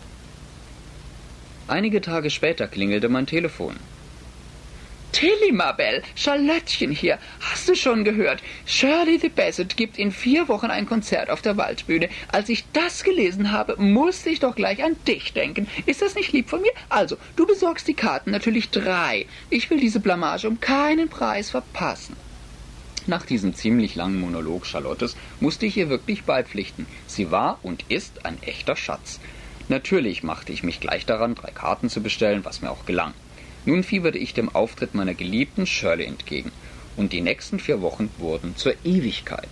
Einige Tage später klingelte mein Telefon. Tilly, Mabel, Charlottchen hier. Hast du schon gehört? Shirley the Bassett gibt in vier Wochen ein Konzert auf der Waldbühne. Als ich das gelesen habe, musste ich doch gleich an dich denken. Ist das nicht lieb von mir? Also, du besorgst die Karten, natürlich drei. Ich will diese Blamage um keinen Preis verpassen. Nach diesem ziemlich langen Monolog Charlottes musste ich ihr wirklich beipflichten. Sie war und ist ein echter Schatz. Natürlich machte ich mich gleich daran, drei Karten zu bestellen, was mir auch gelang. Nun fieberte ich dem Auftritt meiner geliebten Shirley entgegen, und die nächsten vier Wochen wurden zur Ewigkeit.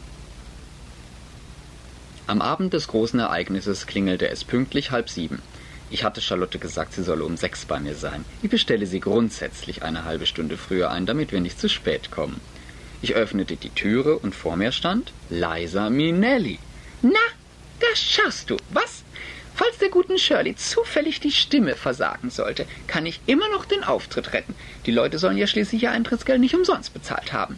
Am Abend des großen Ereignisses klingelte es pünktlich halb sieben. Ich hatte Charlotte gesagt, sie solle um sechs bei mir sein. Ich bestelle sie grundsätzlich eine halbe Stunde früher ein, damit wir nicht zu spät kommen. Ich öffnete die Türe und vor mir stand Liza Minnelli. Na, da schaust du, was? Falls der guten Shirley zufällig die Stimme versagen sollte, kann ich immer noch den Auftritt retten. Die Leute sollen ja schließlich ihr Eintrittsgeld nicht umsonst bezahlt haben.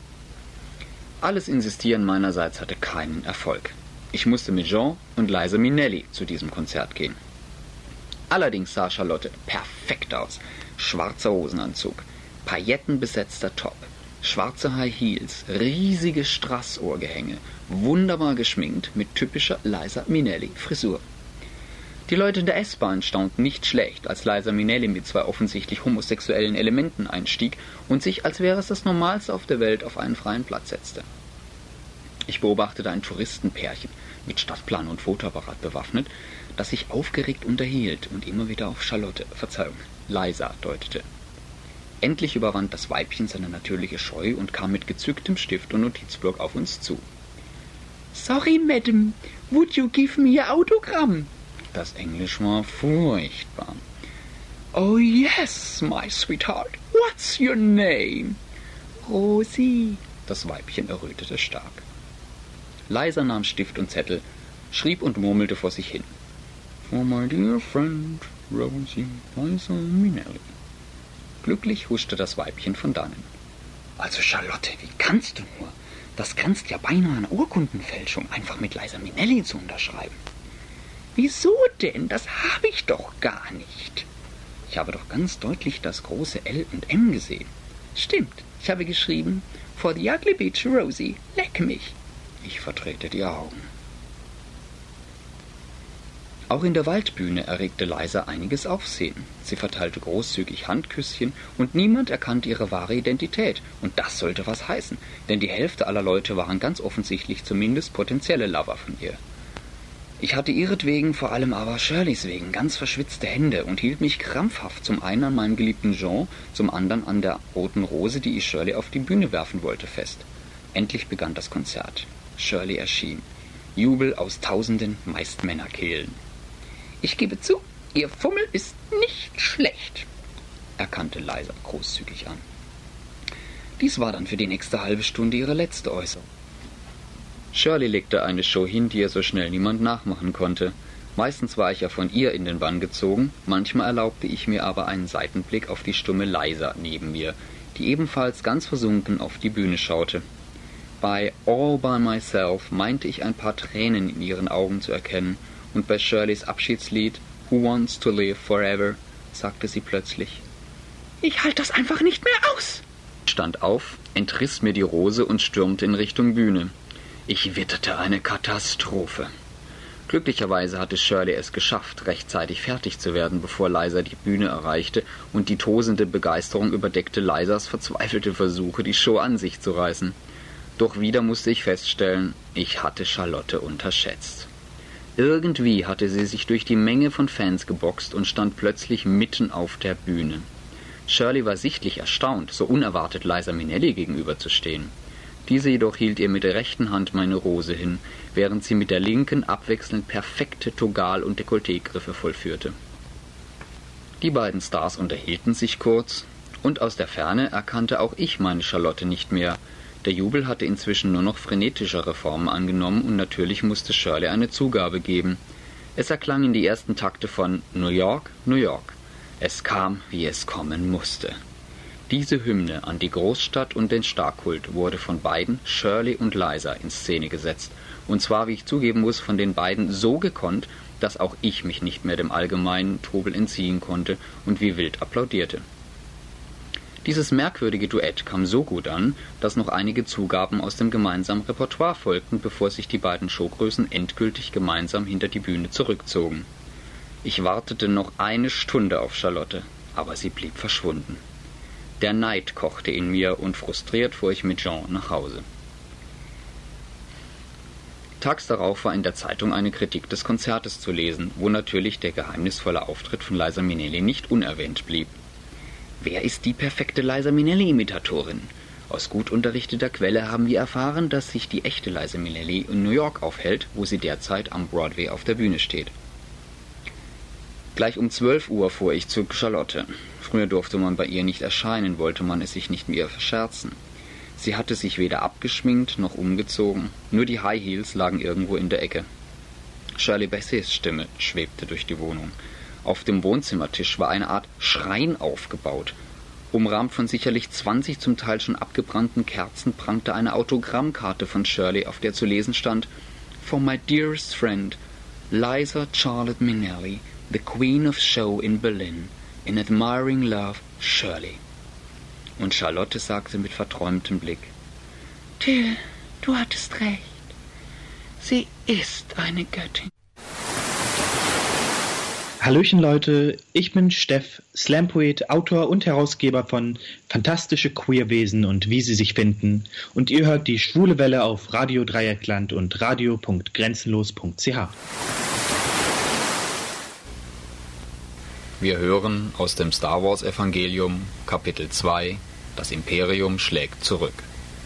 Alles Insistieren meinerseits hatte keinen Erfolg. Ich musste mit Jean und Liza Minnelli zu diesem Konzert gehen. Allerdings sah Charlotte perfekt aus. Schwarzer Hosenanzug, paillettenbesetzter Top, schwarze High Heels, riesige Strass-Ohrgehänge, wunderbar geschminkt mit typischer Liza Minnelli Frisur. Die Leute in der S-Bahn staunten nicht schlecht, als Liza Minnelli mit zwei offensichtlich homosexuellen Elementen einstieg und sich, als wäre es das Normalste auf der Welt, auf einen freien Platz setzte. Ich beobachtete ein Touristenpärchen, mit Stadtplan und Fotoapparat bewaffnet, das sich aufgeregt unterhielt und immer wieder auf Charlotte, Verzeihung, Liza deutete. Endlich überwand das Weibchen seine natürliche Scheu und kam mit gezücktem Stift und Notizblock auf uns zu. »Sorry, Madam, would you give me your autogramm?« Das Englisch war furchtbar. »Oh yes, my sweetheart. What's your name?« »Rosi.« Das Weibchen errötete stark. Liza nahm Stift und Zettel, schrieb und murmelte vor sich hin. »For my dear friend, Rosie, Liza Minnelli.« Glücklich huschte das Weibchen von dannen. »Also Charlotte, wie kannst du nur? Das grenzt ja beinahe an Urkundenfälschung, einfach mit Liza Minnelli zu unterschreiben.« »Wieso denn? Das habe ich doch gar nicht.« »Ich habe doch ganz deutlich das große L und M gesehen.« »Stimmt, ich habe geschrieben, for the ugly bitch Rosie, leck mich.« Ich verdrehte die Augen. Auch in der Waldbühne erregte Liza einiges Aufsehen. Sie verteilte großzügig Handküsschen und niemand erkannte ihre wahre Identität. Und das sollte was heißen, denn die Hälfte aller Leute waren ganz offensichtlich zumindest potenzielle Lover von ihr. Ich hatte ihretwegen, vor allem aber Shirleys wegen, ganz verschwitzte Hände und hielt mich krampfhaft zum einen an meinem geliebten Jean, zum anderen an der roten Rose, die ich Shirley auf die Bühne werfen wollte, fest. Endlich begann das Konzert. Shirley erschien. Jubel aus tausenden, meist Männerkehlen. »Ich gebe zu, Ihr Fummel ist nicht schlecht«, erkannte Liza großzügig an. Dies war dann für die nächste halbe Stunde ihre letzte Äußerung. Shirley legte eine Show hin, die ihr so schnell niemand nachmachen konnte. Meistens war ich ja von ihr in den Bann gezogen, manchmal erlaubte ich mir aber einen Seitenblick auf die stumme Liza neben mir, die ebenfalls ganz versunken auf die Bühne schaute. Bei All by Myself meinte ich ein paar Tränen in ihren Augen zu erkennen, und bei Shirleys Abschiedslied Who Wants to Live Forever sagte sie plötzlich: »Ich halte das einfach nicht mehr aus!« Stand auf, entriss mir die Rose und stürmte in Richtung Bühne. Ich witterte eine Katastrophe. Glücklicherweise hatte Shirley es geschafft, rechtzeitig fertig zu werden, bevor Liza die Bühne erreichte, und die tosende Begeisterung überdeckte Lizas verzweifelte Versuche, die Show an sich zu reißen. Doch wieder musste ich feststellen, ich hatte Charlotte unterschätzt. Irgendwie hatte sie sich durch die Menge von Fans geboxt und stand plötzlich mitten auf der Bühne. Shirley war sichtlich erstaunt, so unerwartet Liza Minnelli gegenüberzustehen. Diese jedoch hielt ihr mit der rechten Hand meine Rose hin, während sie mit der linken abwechselnd perfekte Togal- und Dekolletégriffe vollführte. Die beiden Stars unterhielten sich kurz, und aus der Ferne erkannte auch ich meine Charlotte nicht mehr. Der Jubel hatte inzwischen nur noch frenetischere Formen angenommen, und natürlich musste Shirley eine Zugabe geben. Es erklangen die ersten Takte von New York, New York. Es kam, wie es kommen musste. Diese Hymne an die Großstadt und den Starkult wurde von beiden, Shirley und Liza, in Szene gesetzt. Und zwar, wie ich zugeben muss, von den beiden so gekonnt, dass auch ich mich nicht mehr dem allgemeinen Trubel entziehen konnte und wie wild applaudierte. Dieses merkwürdige Duett kam so gut an, dass noch einige Zugaben aus dem gemeinsamen Repertoire folgten, bevor sich die beiden Showgrößen endgültig gemeinsam hinter die Bühne zurückzogen. Ich wartete noch eine Stunde auf Charlotte, aber sie blieb verschwunden. Der Neid kochte in mir, und frustriert fuhr ich mit Jean nach Hause. Tags darauf war in der Zeitung eine Kritik des Konzertes zu lesen, wo natürlich der geheimnisvolle Auftritt von Liza Minnelli nicht unerwähnt blieb. Wer ist die perfekte Liza Minnelli-Imitatorin? Aus gut unterrichteter Quelle haben wir erfahren, dass sich die echte Liza Minnelli in New York aufhält, wo sie derzeit am Broadway auf der Bühne steht. Gleich um zwölf Uhr fuhr ich zu Charlotte. Früher durfte man bei ihr nicht erscheinen, wollte man es sich nicht mit ihr verscherzen. Sie hatte sich weder abgeschminkt noch umgezogen, nur die High Heels lagen irgendwo in der Ecke. Shirley Bassets Stimme schwebte durch die Wohnung. Auf dem Wohnzimmertisch war eine Art Schrein aufgebaut. Umrahmt von sicherlich zwanzig zum Teil schon abgebrannten Kerzen prangte eine Autogrammkarte von Shirley, auf der zu lesen stand: For my dearest friend, Liza Charlotte Minnelli, the Queen of Show in Berlin, in admiring love, Shirley. Und Charlotte sagte mit verträumtem Blick: Till, du hattest recht. Sie ist eine Göttin. Hallöchen Leute, ich bin Steff, Slampoet, Autor und Herausgeber von Fantastische Queerwesen und wie sie sich finden, und ihr hört die Schwule Welle auf Radio Dreieckland und radio punkt grenzenlos punkt c h. Wir hören aus dem Star Wars Evangelium, Kapitel zwei, Das Imperium schlägt zurück.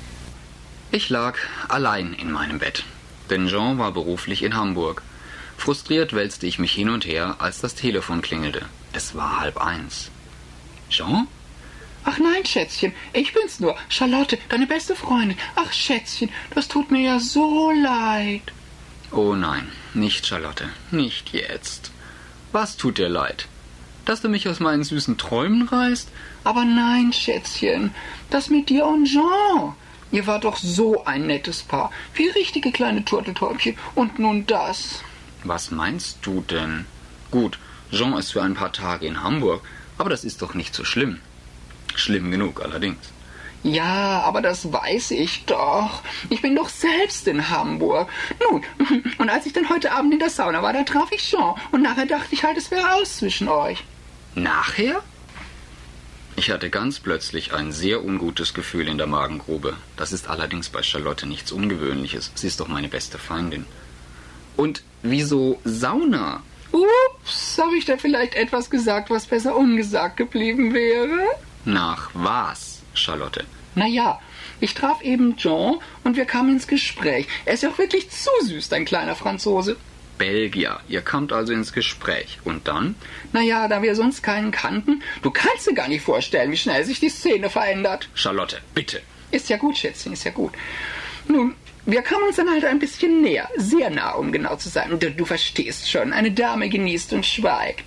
Ich lag allein in meinem Bett, denn Jean war beruflich in Hamburg. Frustriert wälzte ich mich hin und her, als das Telefon klingelte. Es war halb eins. Jean? Ach nein, Schätzchen, ich bin's nur, Charlotte, deine beste Freundin. Ach, Schätzchen, das tut mir ja so leid. Oh nein, nicht Charlotte, nicht jetzt. Was tut dir leid? Dass du mich aus meinen süßen Träumen reißt? Aber nein, Schätzchen, das mit dir und Jean. Ihr wart doch so ein nettes Paar, wie richtige kleine Turteltäubchen. Und nun das. Was meinst du denn? Gut, Jean ist für ein paar Tage in Hamburg, aber das ist doch nicht so schlimm. Schlimm genug allerdings. Ja, aber das weiß ich doch. Ich bin doch selbst in Hamburg. Nun, und als ich dann heute Abend in der Sauna war, da traf ich Jean. Und nachher dachte ich halt, es wäre aus zwischen euch. Nachher? Ich hatte ganz plötzlich ein sehr ungutes Gefühl in der Magengrube. Das ist allerdings bei Charlotte nichts Ungewöhnliches. Sie ist doch meine beste Feindin. Und wieso Sauna? Ups, habe ich da vielleicht etwas gesagt, was besser ungesagt geblieben wäre? Nach was, Charlotte? Naja, ich traf eben Jean und wir kamen ins Gespräch. Er ist ja auch wirklich zu süß, dein kleiner Franzose. Belgier, ihr kamt also ins Gespräch. Und dann? Naja, da wir sonst keinen kannten, du kannst dir gar nicht vorstellen, wie schnell sich die Szene verändert. Charlotte, bitte. Ist ja gut, Schätzchen, ist ja gut. Nun, wir kamen uns dann halt ein bisschen näher, sehr nah, um genau zu sein. Und du, du verstehst schon, eine Dame genießt und schweigt.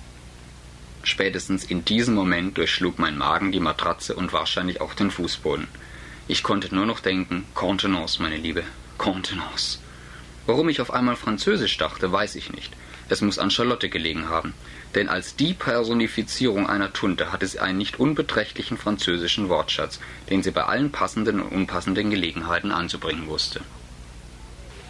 Spätestens in diesem Moment durchschlug mein Magen die Matratze und wahrscheinlich auch den Fußboden. Ich konnte nur noch denken, Contenance, meine Liebe, Contenance. Warum ich auf einmal Französisch dachte, weiß ich nicht. Es muss an Charlotte gelegen haben. Denn als die Personifizierung einer Tunte hatte sie einen nicht unbeträchtlichen französischen Wortschatz, den sie bei allen passenden und unpassenden Gelegenheiten anzubringen wusste.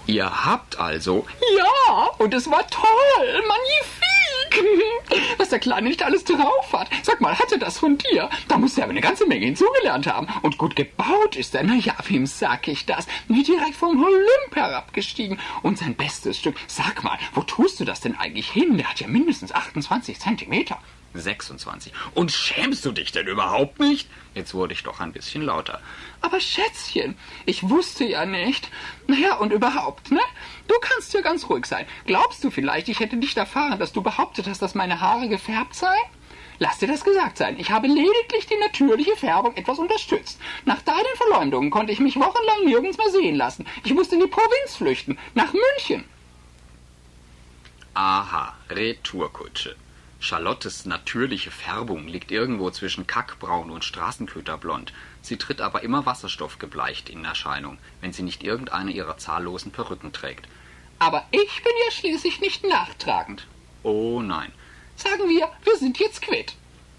Ihr habt also... Ja, und es war toll, magnifik. Was der Kleine nicht alles drauf hat. Sag mal, hat er das von dir? Da muss er aber eine ganze Menge hinzugelernt haben. Und gut gebaut ist er. Na ja, wem sag ich das? Wie direkt vom Olymp herabgestiegen. Und sein bestes Stück. Sag mal, wo tust du das denn eigentlich hin? Der hat ja mindestens achtundzwanzig Zentimeter. sechsundzwanzig. Und schämst du dich denn überhaupt nicht? Jetzt wurde ich doch ein bisschen lauter. Aber Schätzchen, ich wusste ja nicht. Naja, und überhaupt, ne? Du kannst ja ganz ruhig sein. Glaubst du vielleicht, ich hätte nicht erfahren, dass du behauptet hast, dass meine Haare gefärbt seien? Lass dir das gesagt sein. Ich habe lediglich die natürliche Färbung etwas unterstützt. Nach deinen Verleumdungen konnte ich mich wochenlang nirgends mehr sehen lassen. Ich musste in die Provinz flüchten, nach München. Aha, Retourkutsche. Charlottes natürliche Färbung liegt irgendwo zwischen Kackbraun und Straßenköterblond. Sie tritt aber immer wasserstoffgebleicht in Erscheinung, wenn sie nicht irgendeine ihrer zahllosen Perücken trägt. Aber ich bin ja schließlich nicht nachtragend. Oh nein. Sagen wir, wir sind jetzt quitt.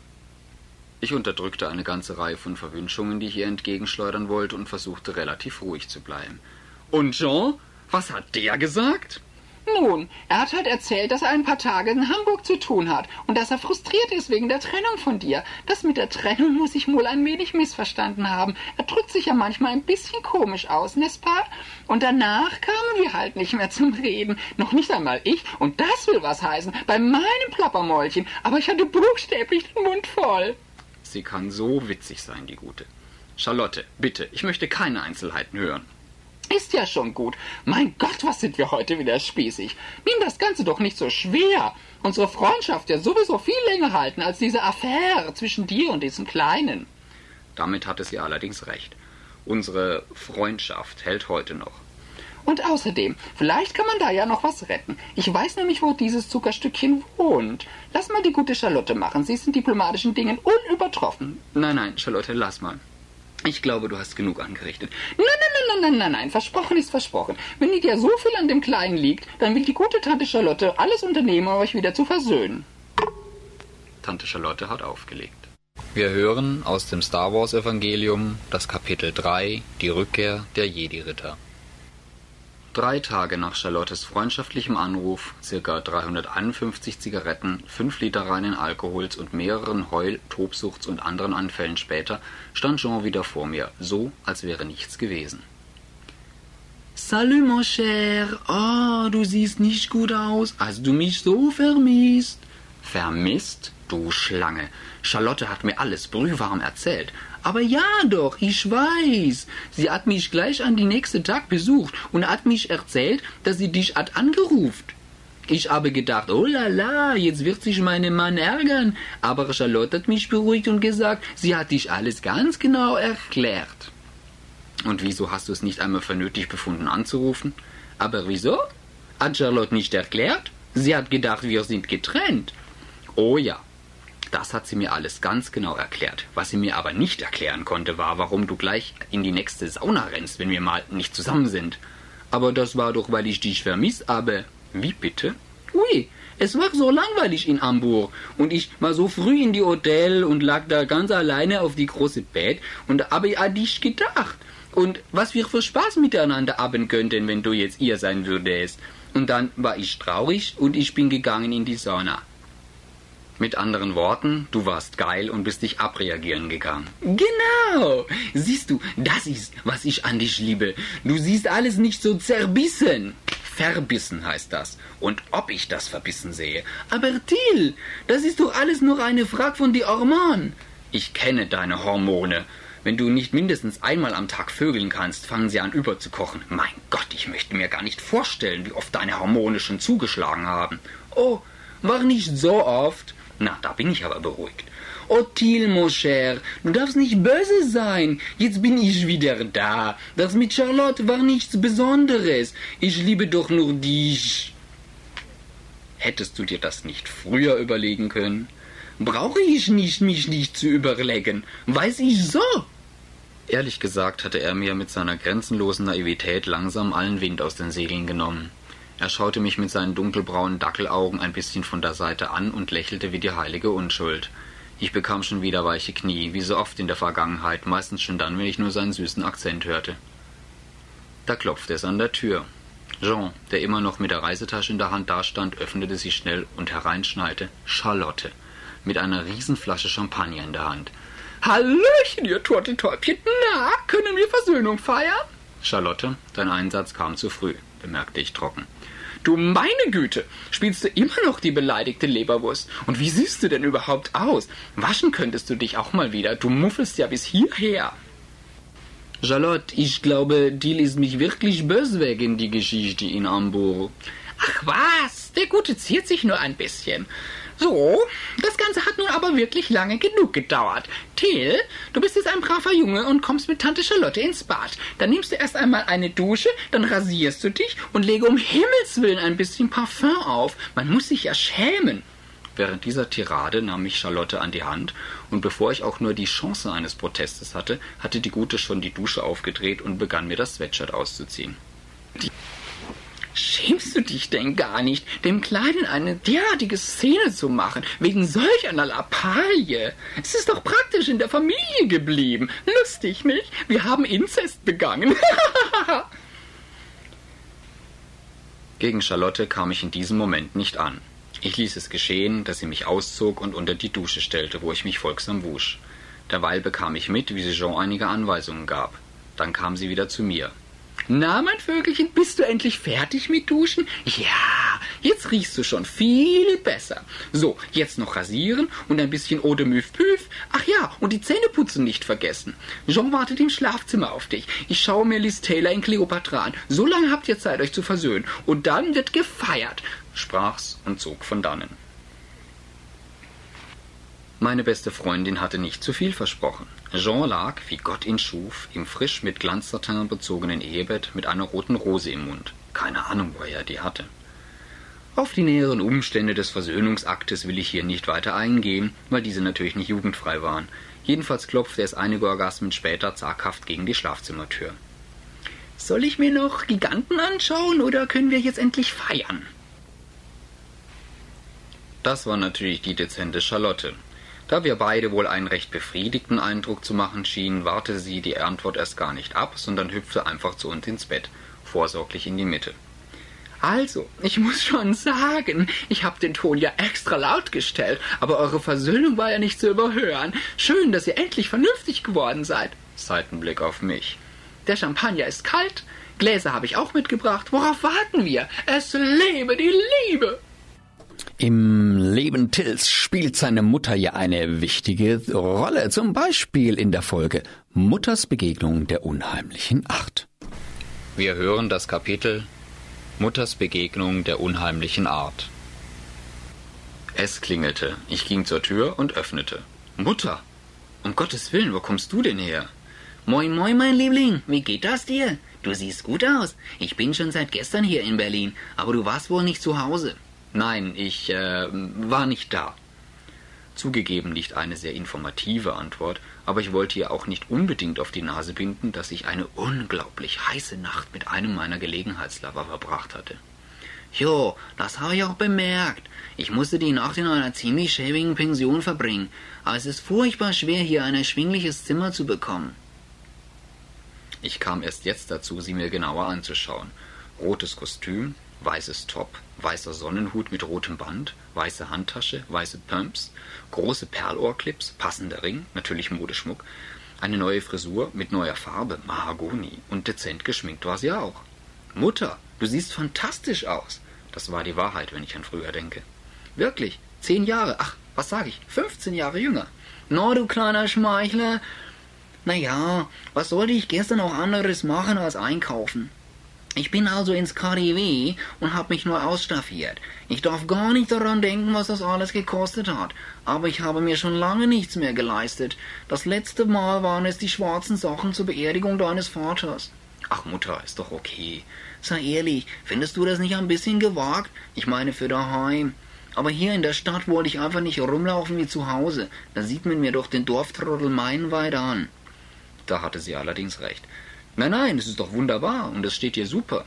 Ich unterdrückte eine ganze Reihe von Verwünschungen, die ich ihr entgegenschleudern wollte, und versuchte relativ ruhig zu bleiben. Und Jean? Was hat der gesagt? Nun, er hat halt erzählt, dass er ein paar Tage in Hamburg zu tun hat und dass er frustriert ist wegen der Trennung von dir. Das mit der Trennung muss ich wohl ein wenig missverstanden haben. Er drückt sich ja manchmal ein bisschen komisch aus, n'est-ce pas? Und danach kamen wir halt nicht mehr zum Reden. Noch nicht einmal ich, und das will was heißen, bei meinem Plappermäulchen. Aber ich hatte buchstäblich den Mund voll. Sie kann so witzig sein, die Gute. Charlotte, bitte, ich möchte keine Einzelheiten hören. Ist ja schon gut. Mein Gott, was sind wir heute wieder spießig. Nimm das Ganze doch nicht so schwer. Unsere Freundschaft ja sowieso viel länger halten als diese Affäre zwischen dir und diesem Kleinen. Damit hatte sie allerdings recht. Unsere Freundschaft hält heute noch. Und außerdem, vielleicht kann man da ja noch was retten. Ich weiß nämlich, wo dieses Zuckerstückchen wohnt. Lass mal die gute Charlotte machen. Sie ist in diplomatischen Dingen unübertroffen. Nein, nein, Charlotte, lass mal. Ich glaube, du hast genug angerichtet. Nein, nein, nein, nein, nein, nein, versprochen ist versprochen. Wenn dir so viel an dem Kleinen liegt, dann will die gute Tante Charlotte alles unternehmen, um euch wieder zu versöhnen. Tante Charlotte hat aufgelegt. Wir hören aus dem Star Wars Evangelium das Kapitel drei, die Rückkehr der Jedi-Ritter. Drei Tage nach Charlottes freundschaftlichem Anruf, circa dreihunderteinundfünfzig Zigaretten, fünf Liter reinen Alkohols und mehreren Heul-, Tobsuchts- und anderen Anfällen später, stand Jean wieder vor mir, so, als wäre nichts gewesen. Salut, mon cher. Oh, du siehst nicht gut aus. Hast du mich so vermisst? Vermisst? Du Schlange. Charlotte hat mir alles brühwarm erzählt. Aber ja doch, ich weiß. Sie hat mich gleich an den nächsten Tag besucht und hat mich erzählt, dass sie dich hat angerufen. Ich habe gedacht, oh la la, jetzt wird sich mein Mann ärgern. Aber Charlotte hat mich beruhigt und gesagt, sie hat dich alles ganz genau erklärt. Und wieso hast du es nicht einmal für nötig befunden anzurufen? Aber wieso? Hat Charlotte nicht erklärt? Sie hat gedacht, wir sind getrennt. Oh ja. Das hat sie mir alles ganz genau erklärt. Was sie mir aber nicht erklären konnte, war, warum du gleich in die nächste Sauna rennst, wenn wir mal nicht zusammen sind. Aber das war doch, weil ich dich vermisst habe. Wie bitte? Ui, es war so langweilig in Hamburg. Und ich war so früh in die Hotel und lag da ganz alleine auf die große Bett und habe an dich gedacht. Und was wir für Spaß miteinander haben könnten, wenn du jetzt ihr sein würdest. Und dann war ich traurig und ich bin gegangen in die Sauna. Mit anderen Worten, du warst geil und bist dich abreagieren gegangen. Genau! Siehst du, das ist, was ich an dich liebe. Du siehst alles nicht so zerbissen. Verbissen heißt das. Und ob ich das verbissen sehe. Aber Till, das ist doch alles nur eine Frage von die Hormonen. Ich kenne deine Hormone. Wenn du nicht mindestens einmal am Tag vögeln kannst, fangen sie an überzukochen. Mein Gott, ich möchte mir gar nicht vorstellen, wie oft deine Hormone schon zugeschlagen haben. Oh, war nicht so oft. Na, da bin ich aber beruhigt. Oh, Till, mon cher, du darfst nicht böse sein. Jetzt bin ich wieder da. Das mit Charlotte war nichts Besonderes. Ich liebe doch nur dich. Hättest du dir das nicht früher überlegen können? Brauche ich nicht, mich nicht zu überlegen. Weiß ich so. Ehrlich gesagt hatte er mir mit seiner grenzenlosen Naivität langsam allen Wind aus den Segeln genommen. Er schaute mich mit seinen dunkelbraunen Dackelaugen ein bisschen von der Seite an und lächelte wie die heilige Unschuld. Ich bekam schon wieder weiche Knie, wie so oft in der Vergangenheit, meistens schon dann, wenn ich nur seinen süßen Akzent hörte. Da klopfte es an der Tür. Jean, der immer noch mit der Reisetasche in der Hand dastand, öffnete sie schnell und hereinschnallte Charlotte mit einer Riesenflasche Champagner in der Hand. Hallöchen, ihr Turteltäubchen. Na, können wir Versöhnung feiern? Charlotte, dein Einsatz kam zu früh, bemerkte ich trocken. Du meine Güte, spielst du immer noch die beleidigte Leberwurst? Und wie siehst du denn überhaupt aus? Waschen könntest du dich auch mal wieder, du muffelst ja bis hierher. Charlotte, ich glaube, die ließ mich wirklich böse wegen die Geschichte in Hamburg. Ach was, der Gute ziert sich nur ein bisschen. So, das Ganze hat nun aber wirklich lange genug gedauert. Till, du bist jetzt ein braver Junge und kommst mit Tante Charlotte ins Bad. Dann nimmst du erst einmal eine Dusche, dann rasierst du dich und lege um Himmels Willen ein bisschen Parfum auf. Man muss sich ja schämen. Während dieser Tirade nahm mich Charlotte an die Hand, und bevor ich auch nur die Chance eines Protestes hatte, hatte die Gute schon die Dusche aufgedreht und begann mir das Sweatshirt auszuziehen. Die Schämst du dich denn gar nicht, dem Kleinen eine derartige Szene zu machen, wegen solch einer Lappalie? Es ist doch praktisch in der Familie geblieben. Lustig, nicht? Wir haben Inzest begangen. Gegen Charlotte kam ich in diesem Moment nicht an. Ich ließ es geschehen, dass sie mich auszog und unter die Dusche stellte, wo ich mich folgsam wusch. Derweil bekam ich mit, wie sie Jean einige Anweisungen gab. Dann kam sie wieder zu mir. Na, mein Vögelchen, bist du endlich fertig mit Duschen? Ja, jetzt riechst du schon viel besser. So, jetzt noch rasieren und ein bisschen Eau de Müff Püff. Ach ja, und die Zähneputzen nicht vergessen. Jean wartet im Schlafzimmer auf dich. Ich schaue mir Liz Taylor in Kleopatra an. So lange habt ihr Zeit, euch zu versöhnen. Und dann wird gefeiert, sprach's und zog von dannen. Meine beste Freundin hatte nicht zu viel versprochen. Jean lag, wie Gott ihn schuf, im frisch mit Glanzsatin bezogenen Ehebett mit einer roten Rose im Mund. Keine Ahnung, woher er die hatte. Auf die näheren Umstände des Versöhnungsaktes will ich hier nicht weiter eingehen, weil diese natürlich nicht jugendfrei waren. Jedenfalls klopfte es einige Orgasmen später zaghaft gegen die Schlafzimmertür. Soll ich mir noch Giganten anschauen, oder können wir jetzt endlich feiern? Das war natürlich die dezente Charlotte. Da wir beide wohl einen recht befriedigten Eindruck zu machen schienen, wartete sie die Antwort erst gar nicht ab, sondern hüpfte einfach zu uns ins Bett, vorsorglich in die Mitte. Also, ich muss schon sagen, ich habe den Ton ja extra laut gestellt, aber eure Versöhnung war ja nicht zu überhören. Schön, dass ihr endlich vernünftig geworden seid. Seitenblick auf mich. Der Champagner ist kalt, Gläser habe ich auch mitgebracht. Worauf warten wir? Es lebe die Liebe! Im Leben Tills spielt seine Mutter ja eine wichtige Rolle, zum Beispiel in der Folge Mutters Begegnung der unheimlichen Art. Wir hören das Kapitel Mutters Begegnung der unheimlichen Art. Es klingelte. Ich ging zur Tür und öffnete. Mutter! Um Gottes Willen, wo kommst du denn her? Moin, moin, mein Liebling. Wie geht das dir? Du siehst gut aus. Ich bin schon seit gestern hier in Berlin, aber du warst wohl nicht zu Hause. Nein, ich äh, war nicht da. Zugegeben nicht eine sehr informative Antwort, aber ich wollte ihr auch nicht unbedingt auf die Nase binden, dass ich eine unglaublich heiße Nacht mit einem meiner Gelegenheitslover verbracht hatte. Jo, das habe ich auch bemerkt. Ich musste die Nacht in einer ziemlich schäbigen Pension verbringen, aber es ist furchtbar schwer, hier ein erschwingliches Zimmer zu bekommen. Ich kam erst jetzt dazu, sie mir genauer anzuschauen. Rotes Kostüm, weißes Top, weißer Sonnenhut mit rotem Band, weiße Handtasche, weiße Pumps, große Perlohrclips, passender Ring, natürlich Modeschmuck, eine neue Frisur mit neuer Farbe, Mahagoni, und dezent geschminkt war sie auch. Mutter, du siehst fantastisch aus. Das war die Wahrheit, wenn ich an früher denke. Wirklich, zehn Jahre, ach, was sage ich, fünfzehn Jahre jünger. Na, du kleiner Schmeichler. Naja, was sollte ich gestern auch anderes machen als einkaufen? Ich bin also ins K D W und habe mich nur ausstaffiert. Ich darf gar nicht daran denken, was das alles gekostet hat. Aber ich habe mir schon lange nichts mehr geleistet. Das letzte Mal waren es die schwarzen Sachen zur Beerdigung deines Vaters. Ach Mutter, ist doch okay. Sei ehrlich, findest du das nicht ein bisschen gewagt? Ich meine für daheim. Aber hier in der Stadt wollte ich einfach nicht rumlaufen wie zu Hause. Da sieht man mir doch den Dorftrottel meilenweit an. Da hatte sie allerdings recht. Nein, nein, es ist doch wunderbar und es steht dir super.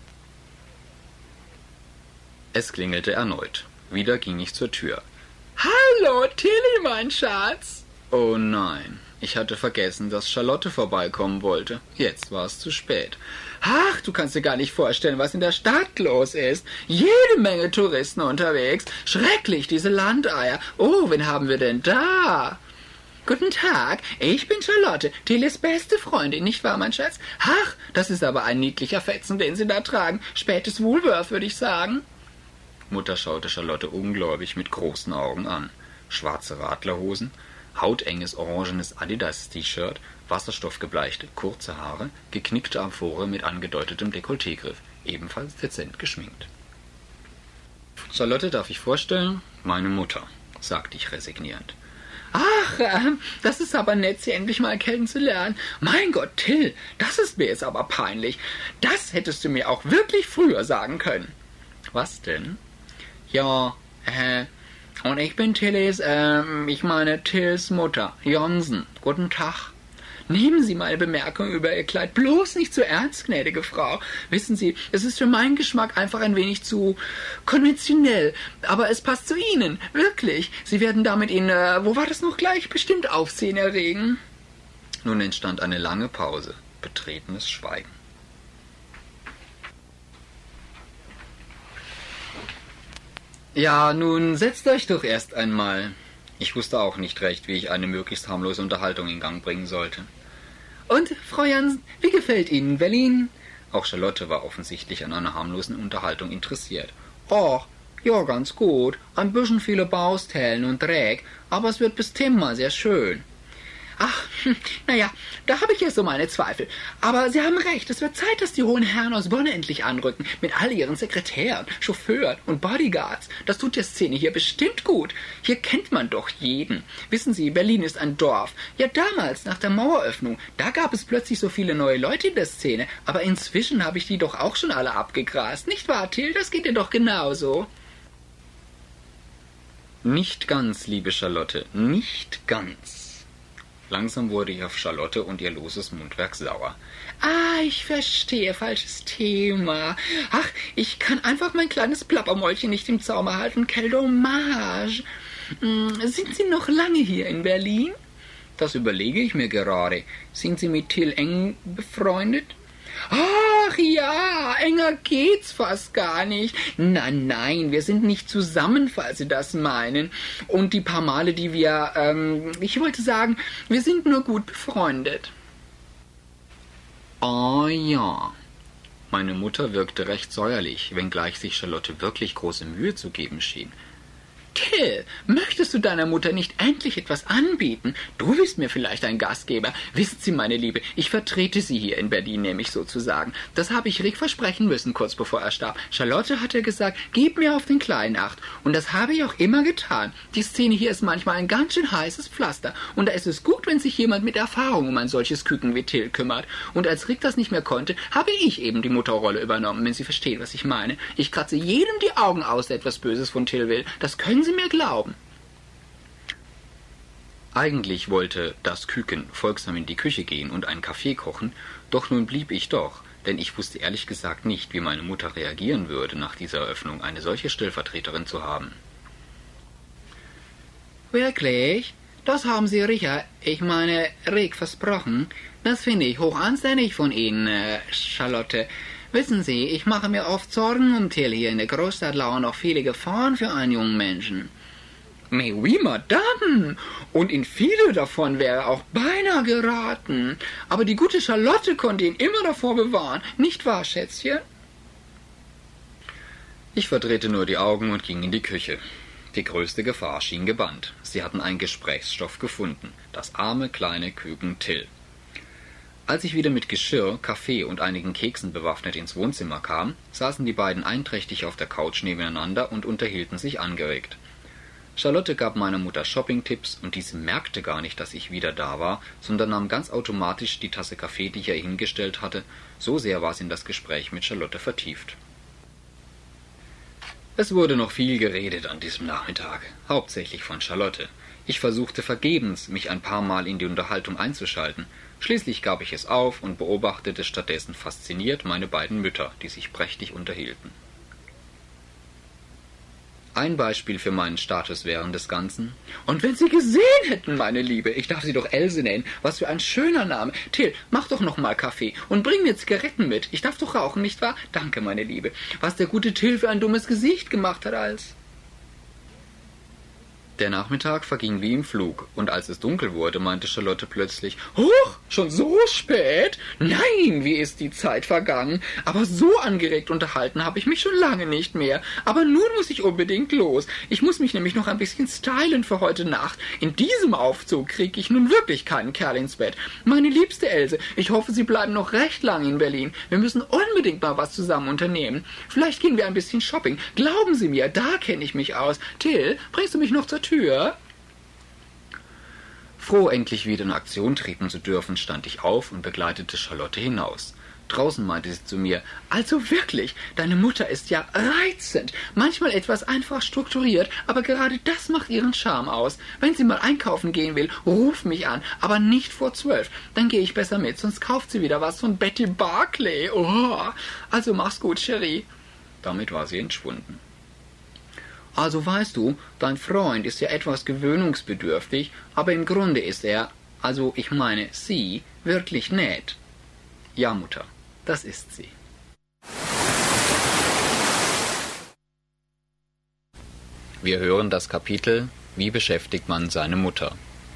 Es klingelte erneut. Wieder ging ich zur Tür. Hallo, Tilly, mein Schatz. Oh nein. Ich hatte vergessen, dass Charlotte vorbeikommen wollte. Jetzt war es zu spät. Ach, du kannst dir gar nicht vorstellen, was in der Stadt los ist. Jede Menge Touristen unterwegs. Schrecklich, diese Landeier. Oh, wen haben wir denn da? Guten Tag, ich bin Charlotte, Tillis beste Freundin, nicht wahr, mein Schatz? Ach, das ist aber ein niedlicher Fetzen, den Sie da tragen. Spätes Woolworth, würde ich sagen. Mutter schaute Charlotte ungläubig mit großen Augen an. Schwarze Radlerhosen, hautenges orangenes Adidas-T-Shirt, wasserstoffgebleichte, kurze Haare, geknickte Amphore mit angedeutetem Dekolletegriff, ebenfalls dezent geschminkt. Charlotte darf ich vorstellen? Meine Mutter, sagte ich resignierend. Ach, äh, das ist aber nett, Sie endlich mal kennenzulernen. Mein Gott, Till, das ist mir jetzt aber peinlich. Das hättest du mir auch wirklich früher sagen können. Was denn? Ja, äh, und ich bin Tillis, ähm, ich meine Tills Mutter, Jonsen. Guten Tag. Nehmen Sie meine Bemerkung über Ihr Kleid bloß nicht zu ernst, gnädige Frau. Wissen Sie, es ist für meinen Geschmack einfach ein wenig zu konventionell. Aber es passt zu Ihnen, wirklich. Sie werden damit in, äh, wo war das noch gleich, bestimmt Aufsehen erregen. Nun entstand eine lange Pause, betretenes Schweigen. Ja, nun setzt euch doch erst einmal. Ich wusste auch nicht recht, wie ich eine möglichst harmlose Unterhaltung in Gang bringen sollte. Und, Frau Jansen, wie gefällt Ihnen Berlin? Auch Charlotte war offensichtlich an einer harmlosen Unterhaltung interessiert. Och, ja, ganz gut. Ein bisschen viele Baustellen und Dreck, aber es wird bis Thema sehr schön. Ach, hm, naja, da habe ich ja so meine Zweifel. Aber Sie haben recht, es wird Zeit, dass die hohen Herren aus Bonn endlich anrücken, mit all ihren Sekretären, Chauffeuren und Bodyguards. Das tut der Szene hier bestimmt gut. Hier kennt man doch jeden. Wissen Sie, Berlin ist ein Dorf. Ja, damals, nach der Maueröffnung, da gab es plötzlich so viele neue Leute in der Szene. Aber inzwischen habe ich die doch auch schon alle abgegrast. Nicht wahr, Till? Das geht dir doch genauso. Nicht ganz, liebe Charlotte, nicht ganz. Langsam wurde ich auf Charlotte und ihr loses Mundwerk sauer. Ah, ich verstehe, falsches Thema. Ach, ich kann einfach mein kleines Plappermäulchen nicht im Zaum halten. Quel dommage. Sind Sie noch lange hier in Berlin? Das überlege ich mir gerade. Sind Sie mit Till eng befreundet? Ach ja, enger geht's fast gar nicht. Nein, nein, wir sind nicht zusammen, falls Sie das meinen. Und die paar Male, die wir, ähm, ich wollte sagen, wir sind nur gut befreundet. Oh ja. Meine Mutter wirkte recht säuerlich, wenngleich sich Charlotte wirklich große Mühe zu geben schien. Till, möchtest du deiner Mutter nicht endlich etwas anbieten? Du bist mir vielleicht ein Gastgeber. Wissen Sie, meine Liebe, ich vertrete Sie hier in Berlin, nämlich sozusagen. Das habe ich Rick versprechen müssen, kurz bevor er starb. Charlotte hatte gesagt, gib mir auf den Kleinen Acht. Und das habe ich auch immer getan. Die Szene hier ist manchmal ein ganz schön heißes Pflaster. Und da ist es gut, wenn sich jemand mit Erfahrung um ein solches Küken wie Till kümmert. Und als Rick das nicht mehr konnte, habe ich eben die Mutterrolle übernommen, wenn Sie verstehen, was ich meine. Ich kratze jedem die Augen aus, der etwas Böses von Till will. Das können Sie mir glauben. Eigentlich wollte das Küken folgsam in die Küche gehen und einen Kaffee kochen, doch nun blieb ich doch, denn ich wusste ehrlich gesagt nicht, wie meine Mutter reagieren würde, nach dieser Eröffnung eine solche Stellvertreterin zu haben. Wirklich? Das haben Sie Richard, ich meine Rick, versprochen? Das finde ich hoch anständig von Ihnen, äh, Charlotte. Wissen Sie, ich mache mir oft Sorgen um Till. Hier in der Großstadt lauern noch viele Gefahren für einen jungen Menschen. Mais oui, Madame. Und in viele davon wäre er auch beinahe geraten. Aber die gute Charlotte konnte ihn immer davor bewahren. Nicht wahr, Schätzchen? Ich verdrehte nur die Augen und ging in die Küche. Die größte Gefahr schien gebannt. Sie hatten einen Gesprächsstoff gefunden. Das arme, kleine Küken Till. Als ich wieder mit Geschirr, Kaffee und einigen Keksen bewaffnet ins Wohnzimmer kam, saßen die beiden einträchtig auf der Couch nebeneinander und unterhielten sich angeregt. Charlotte gab meiner Mutter Shopping-Tipps und diese merkte gar nicht, dass ich wieder da war, sondern nahm ganz automatisch die Tasse Kaffee, die ich ihr hingestellt hatte. So sehr war sie in das Gespräch mit Charlotte vertieft. Es wurde noch viel geredet an diesem Nachmittag, hauptsächlich von Charlotte. Ich versuchte vergebens, mich ein paar Mal in die Unterhaltung einzuschalten. Schließlich gab ich es auf und beobachtete stattdessen fasziniert meine beiden Mütter, die sich prächtig unterhielten. Ein Beispiel für meinen Status während des Ganzen. Und wenn Sie gesehen hätten, meine Liebe, ich darf Sie doch Else nennen, was für ein schöner Name. Till, mach doch noch mal Kaffee und bring mir Zigaretten mit. Ich darf doch rauchen, nicht wahr? Danke, meine Liebe. Was der gute Till für ein dummes Gesicht gemacht hat als... Der Nachmittag verging wie im Flug, und als es dunkel wurde, meinte Charlotte plötzlich, »Huch, schon so spät? Nein, wie ist die Zeit vergangen? Aber so angeregt unterhalten habe ich mich schon lange nicht mehr. Aber nun muss ich unbedingt los. Ich muss mich nämlich noch ein bisschen stylen für heute Nacht. In diesem Aufzug kriege ich nun wirklich keinen Kerl ins Bett. Meine liebste Else, ich hoffe, Sie bleiben noch recht lange in Berlin. Wir müssen unbedingt mal was zusammen unternehmen. Vielleicht gehen wir ein bisschen shopping. Glauben Sie mir, da kenne ich mich aus. Till, bringst du mich noch zur Tür? Froh, endlich wieder in Aktion treten zu dürfen, stand ich auf und begleitete Charlotte hinaus. Draußen meinte sie zu mir, also wirklich, deine Mutter ist ja reizend, manchmal etwas einfach strukturiert, aber gerade das macht ihren Charme aus. Wenn sie mal einkaufen gehen will, ruf mich an, aber nicht vor zwölf, dann gehe ich besser mit, sonst kauft sie wieder was von Betty Barclay. Oh, also mach's gut, Cherie. Damit war sie entschwunden. Also weißt du, dein Freund ist ja etwas gewöhnungsbedürftig, aber im Grunde ist er, also ich meine sie, wirklich nett. Ja, Mutter, das ist sie. Wir hören das Kapitel Wie beschäftigt man seine Mutter?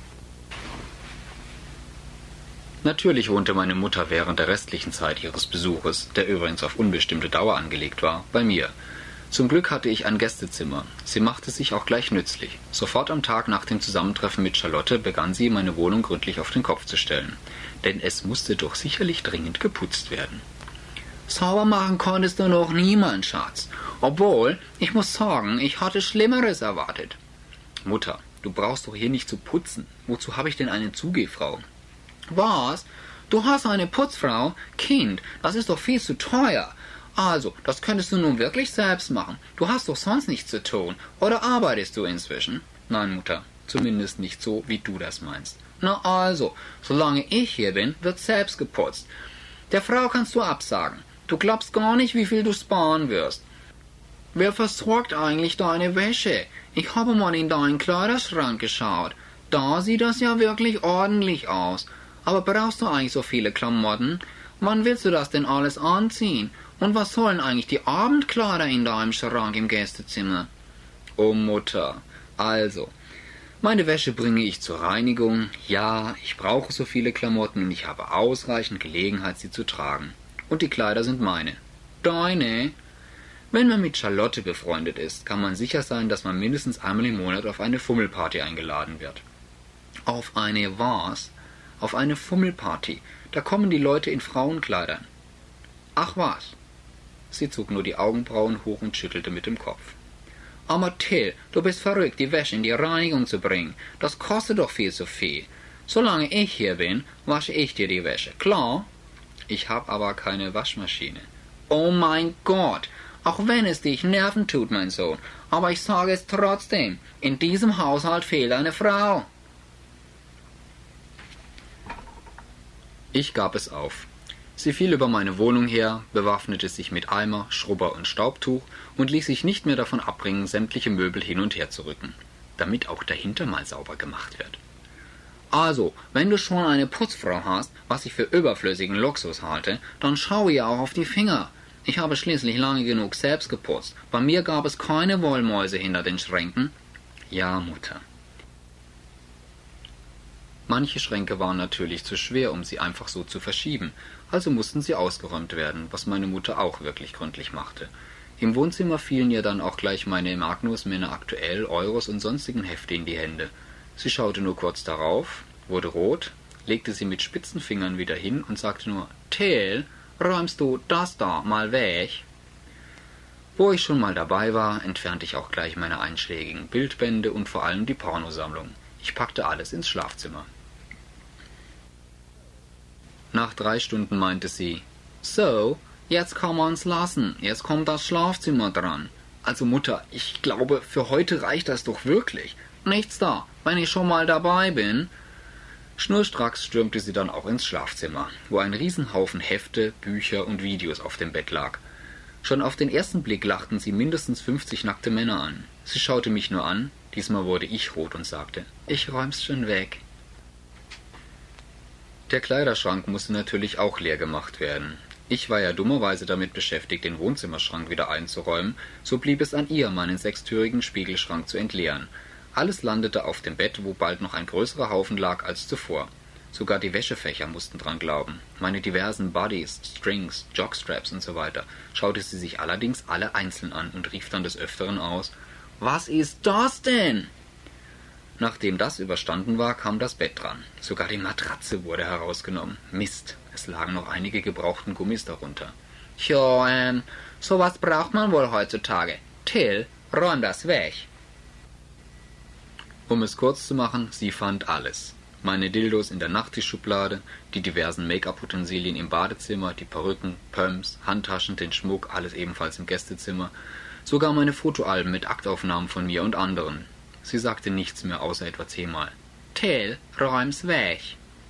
Natürlich wohnte meine Mutter während der restlichen Zeit ihres Besuches, der übrigens auf unbestimmte Dauer angelegt war, bei mir. Zum Glück hatte ich ein Gästezimmer. Sie machte sich auch gleich nützlich. Sofort am Tag nach dem Zusammentreffen mit Charlotte begann sie, meine Wohnung gründlich auf den Kopf zu stellen. Denn es musste doch sicherlich dringend geputzt werden. Sauber machen konntest du noch nie, mein Schatz. Obwohl, ich muss sagen, ich hatte Schlimmeres erwartet. Mutter, du brauchst doch hier nicht zu putzen. Wozu habe ich denn eine Zugehfrau? Was? Du hast eine Putzfrau? Kind, das ist doch viel zu teuer. Also, das könntest du nun wirklich selbst machen. Du hast doch sonst nichts zu tun. Oder arbeitest du inzwischen? Nein, Mutter, zumindest nicht so, wie du das meinst. Na also, solange ich hier bin, wird selbst geputzt. Der Frau kannst du absagen. Du glaubst gar nicht, wie viel du sparen wirst. Wer versorgt eigentlich deine Wäsche? Ich habe mal in deinen Kleiderschrank geschaut. Da sieht das ja wirklich ordentlich aus. Aber brauchst du eigentlich so viele Klamotten? Wann willst du das denn alles anziehen? Und was sollen eigentlich die Abendkleider in deinem Schrank im Gästezimmer? Oh Mutter, also, meine Wäsche bringe ich zur Reinigung. Ja, ich brauche so viele Klamotten und ich habe ausreichend Gelegenheit, sie zu tragen. Und die Kleider sind meine. Deine? Wenn man mit Charlotte befreundet ist, kann man sicher sein, dass man mindestens einmal im Monat auf eine Fummelparty eingeladen wird. Auf eine was? Auf eine Fummelparty. Da kommen die Leute in Frauenkleidern. Ach was? Sie zog nur die Augenbrauen hoch und schüttelte mit dem Kopf. Aber Till, du bist verrückt, die Wäsche in die Reinigung zu bringen. Das kostet doch viel zu viel. Solange ich hier bin, wasche ich dir die Wäsche, klar? Ich habe aber keine Waschmaschine. Oh mein Gott, auch wenn es dich nerven tut, mein Sohn, aber ich sage es trotzdem, in diesem Haushalt fehlt eine Frau. Ich gab es auf. Sie fiel über meine Wohnung her, bewaffnete sich mit Eimer, Schrubber und Staubtuch und ließ sich nicht mehr davon abbringen, sämtliche Möbel hin und her zu rücken, damit auch dahinter mal sauber gemacht wird. Also, wenn du schon eine Putzfrau hast, was ich für überflüssigen Luxus halte, dann schaue ihr auch auf die Finger. Ich habe schließlich lange genug selbst geputzt. Bei mir gab es keine Wollmäuse hinter den Schränken. Ja, Mutter. Manche Schränke waren natürlich zu schwer, um sie einfach so zu verschieben, also mussten sie ausgeräumt werden, was meine Mutter auch wirklich gründlich machte. Im Wohnzimmer fielen ihr dann auch gleich meine Magnus, Männer Aktuell, Euros und sonstigen Hefte in die Hände. Sie schaute nur kurz darauf, wurde rot, legte sie mit spitzen Fingern wieder hin und sagte nur, »Till, räumst du das da mal weg?« Wo ich schon mal dabei war, entfernte ich auch gleich meine einschlägigen Bildbände und vor allem die Pornosammlung. Ich packte alles ins Schlafzimmer. Nach drei Stunden meinte sie, »So, jetzt kann man's lassen, jetzt kommt das Schlafzimmer dran. Also Mutter, ich glaube, für heute reicht das doch wirklich. Nichts da, wenn ich schon mal dabei bin.« Schnurstracks stürmte sie dann auch ins Schlafzimmer, wo ein Riesenhaufen Hefte, Bücher und Videos auf dem Bett lag. Schon auf den ersten Blick lachten sie mindestens fünfzig nackte Männer an. Sie schaute mich nur an, diesmal wurde ich rot und sagte, ich räum's schon weg. Der Kleiderschrank musste natürlich auch leer gemacht werden. Ich war ja dummerweise damit beschäftigt, den Wohnzimmerschrank wieder einzuräumen, so blieb es an ihr, meinen sechstürigen Spiegelschrank zu entleeren. Alles landete auf dem Bett, wo bald noch ein größerer Haufen lag als zuvor. Sogar die Wäschefächer mussten dran glauben. Meine diversen Buddies, Strings, Jockstraps und so weiter schaute sie sich allerdings alle einzeln an und rief dann des Öfteren aus, »Was ist das denn?« Nachdem das überstanden war, kam das Bett dran. Sogar die Matratze wurde herausgenommen. Mist, es lagen noch einige gebrauchten Gummis darunter. »Jo, ähm, sowas braucht man wohl heutzutage. Till, räum das weg.« Um es kurz zu machen, sie fand alles. Meine Dildos in der Nachttischschublade, die diversen Make-up-Utensilien im Badezimmer, die Perücken, Pumps, Handtaschen, den Schmuck, alles ebenfalls im Gästezimmer, sogar meine Fotoalben mit Aktaufnahmen von mir und anderen. Sie sagte nichts mehr außer etwa zehnmal. »Till, räum's weg!«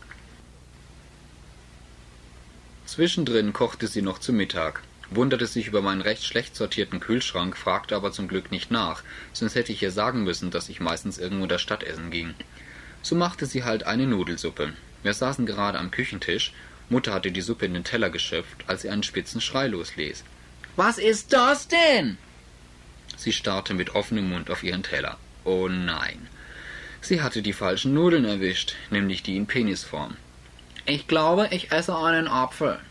Zwischendrin kochte sie noch zu Mittag, wunderte sich über meinen recht schlecht sortierten Kühlschrank, fragte aber zum Glück nicht nach, sonst hätte ich ihr sagen müssen, dass ich meistens irgendwo in der Stadt essen ging. So machte sie halt eine Nudelsuppe. Wir saßen gerade am Küchentisch, Mutter hatte die Suppe in den Teller geschöpft, als sie einen spitzen Schrei losließ. »Was ist das denn?« Sie starrte mit offenem Mund auf ihren Teller. Oh nein. Sie hatte die falschen Nudeln erwischt, nämlich die in Penisform. »Ich glaube, ich esse einen Apfel.«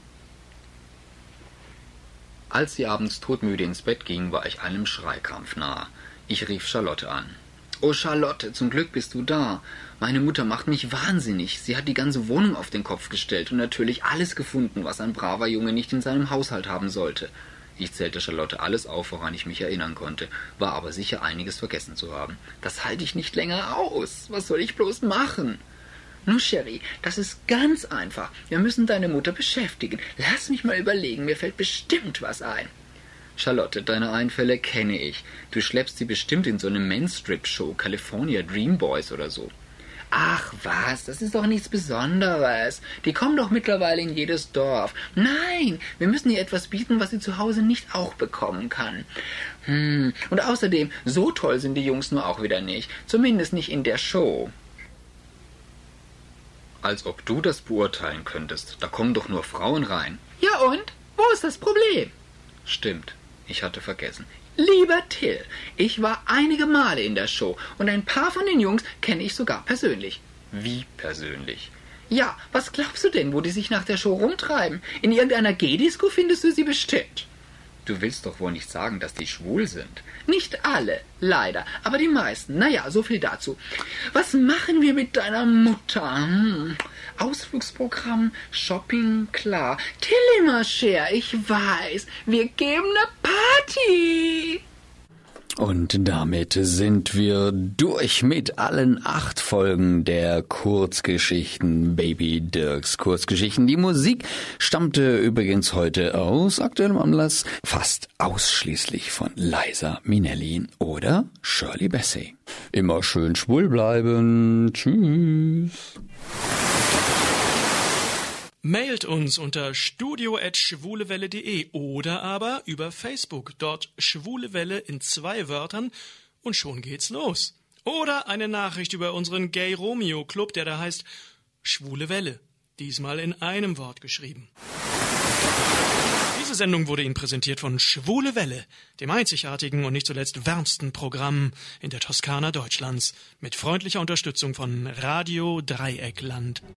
Als sie abends todmüde ins Bett ging, war ich einem Schreikrampf nahe. Ich rief Charlotte an. »Oh Charlotte, zum Glück bist du da. Meine Mutter macht mich wahnsinnig. Sie hat die ganze Wohnung auf den Kopf gestellt und natürlich alles gefunden, was ein braver Junge nicht in seinem Haushalt haben sollte.« Ich zählte Charlotte alles auf, woran ich mich erinnern konnte, war aber sicher einiges vergessen zu haben. »Das halte ich nicht länger aus. Was soll ich bloß machen?« »Nu, Sherry, das ist ganz einfach. Wir müssen deine Mutter beschäftigen. Lass mich mal überlegen, mir fällt bestimmt was ein.« »Charlotte, deine Einfälle kenne ich. Du schleppst sie bestimmt in so eine Men's-Strip-Show, California Dream Boys oder so.« »Ach was, das ist doch nichts Besonderes. Die kommen doch mittlerweile in jedes Dorf. Nein, wir müssen ihr etwas bieten, was sie zu Hause nicht auch bekommen kann. Hm, und außerdem, so toll sind die Jungs nur auch wieder nicht. Zumindest nicht in der Show.« »Als ob du das beurteilen könntest. Da kommen doch nur Frauen rein.« »Ja und? Wo ist das Problem?« »Stimmt, ich hatte vergessen.« »Lieber Till, ich war einige Male in der Show und ein paar von den Jungs kenne ich sogar persönlich.« »Wie persönlich?« »Ja, was glaubst du denn, wo die sich nach der Show rumtreiben? In irgendeiner G-Disco findest du sie bestimmt.« »Du willst doch wohl nicht sagen, dass die schwul sind?« »Nicht alle, leider, aber die meisten. Naja, so viel dazu. Was machen wir mit deiner Mutter? Hm. Ausflugsprogramm, Shopping, klar. Tilly Mascher, ich weiß, wir geben eine Party.« Und damit sind wir durch mit allen acht Folgen der Kurzgeschichten Baby Dirks Kurzgeschichten. Die Musik stammte übrigens heute aus aktuellem Anlass fast ausschließlich von Liza Minnelli oder Shirley Bassey. Immer schön schwul bleiben. Tschüss. Mailt uns unter studio at schwulewelle punkt de oder aber über Facebook, dort Schwulewelle in zwei Wörtern und schon geht's los. Oder eine Nachricht über unseren Gay Romeo Club, der da heißt Schwule Welle, diesmal in einem Wort geschrieben. Diese Sendung wurde Ihnen präsentiert von Schwule Welle, dem einzigartigen und nicht zuletzt wärmsten Programm in der Toskana Deutschlands, mit freundlicher Unterstützung von Radio Dreieckland.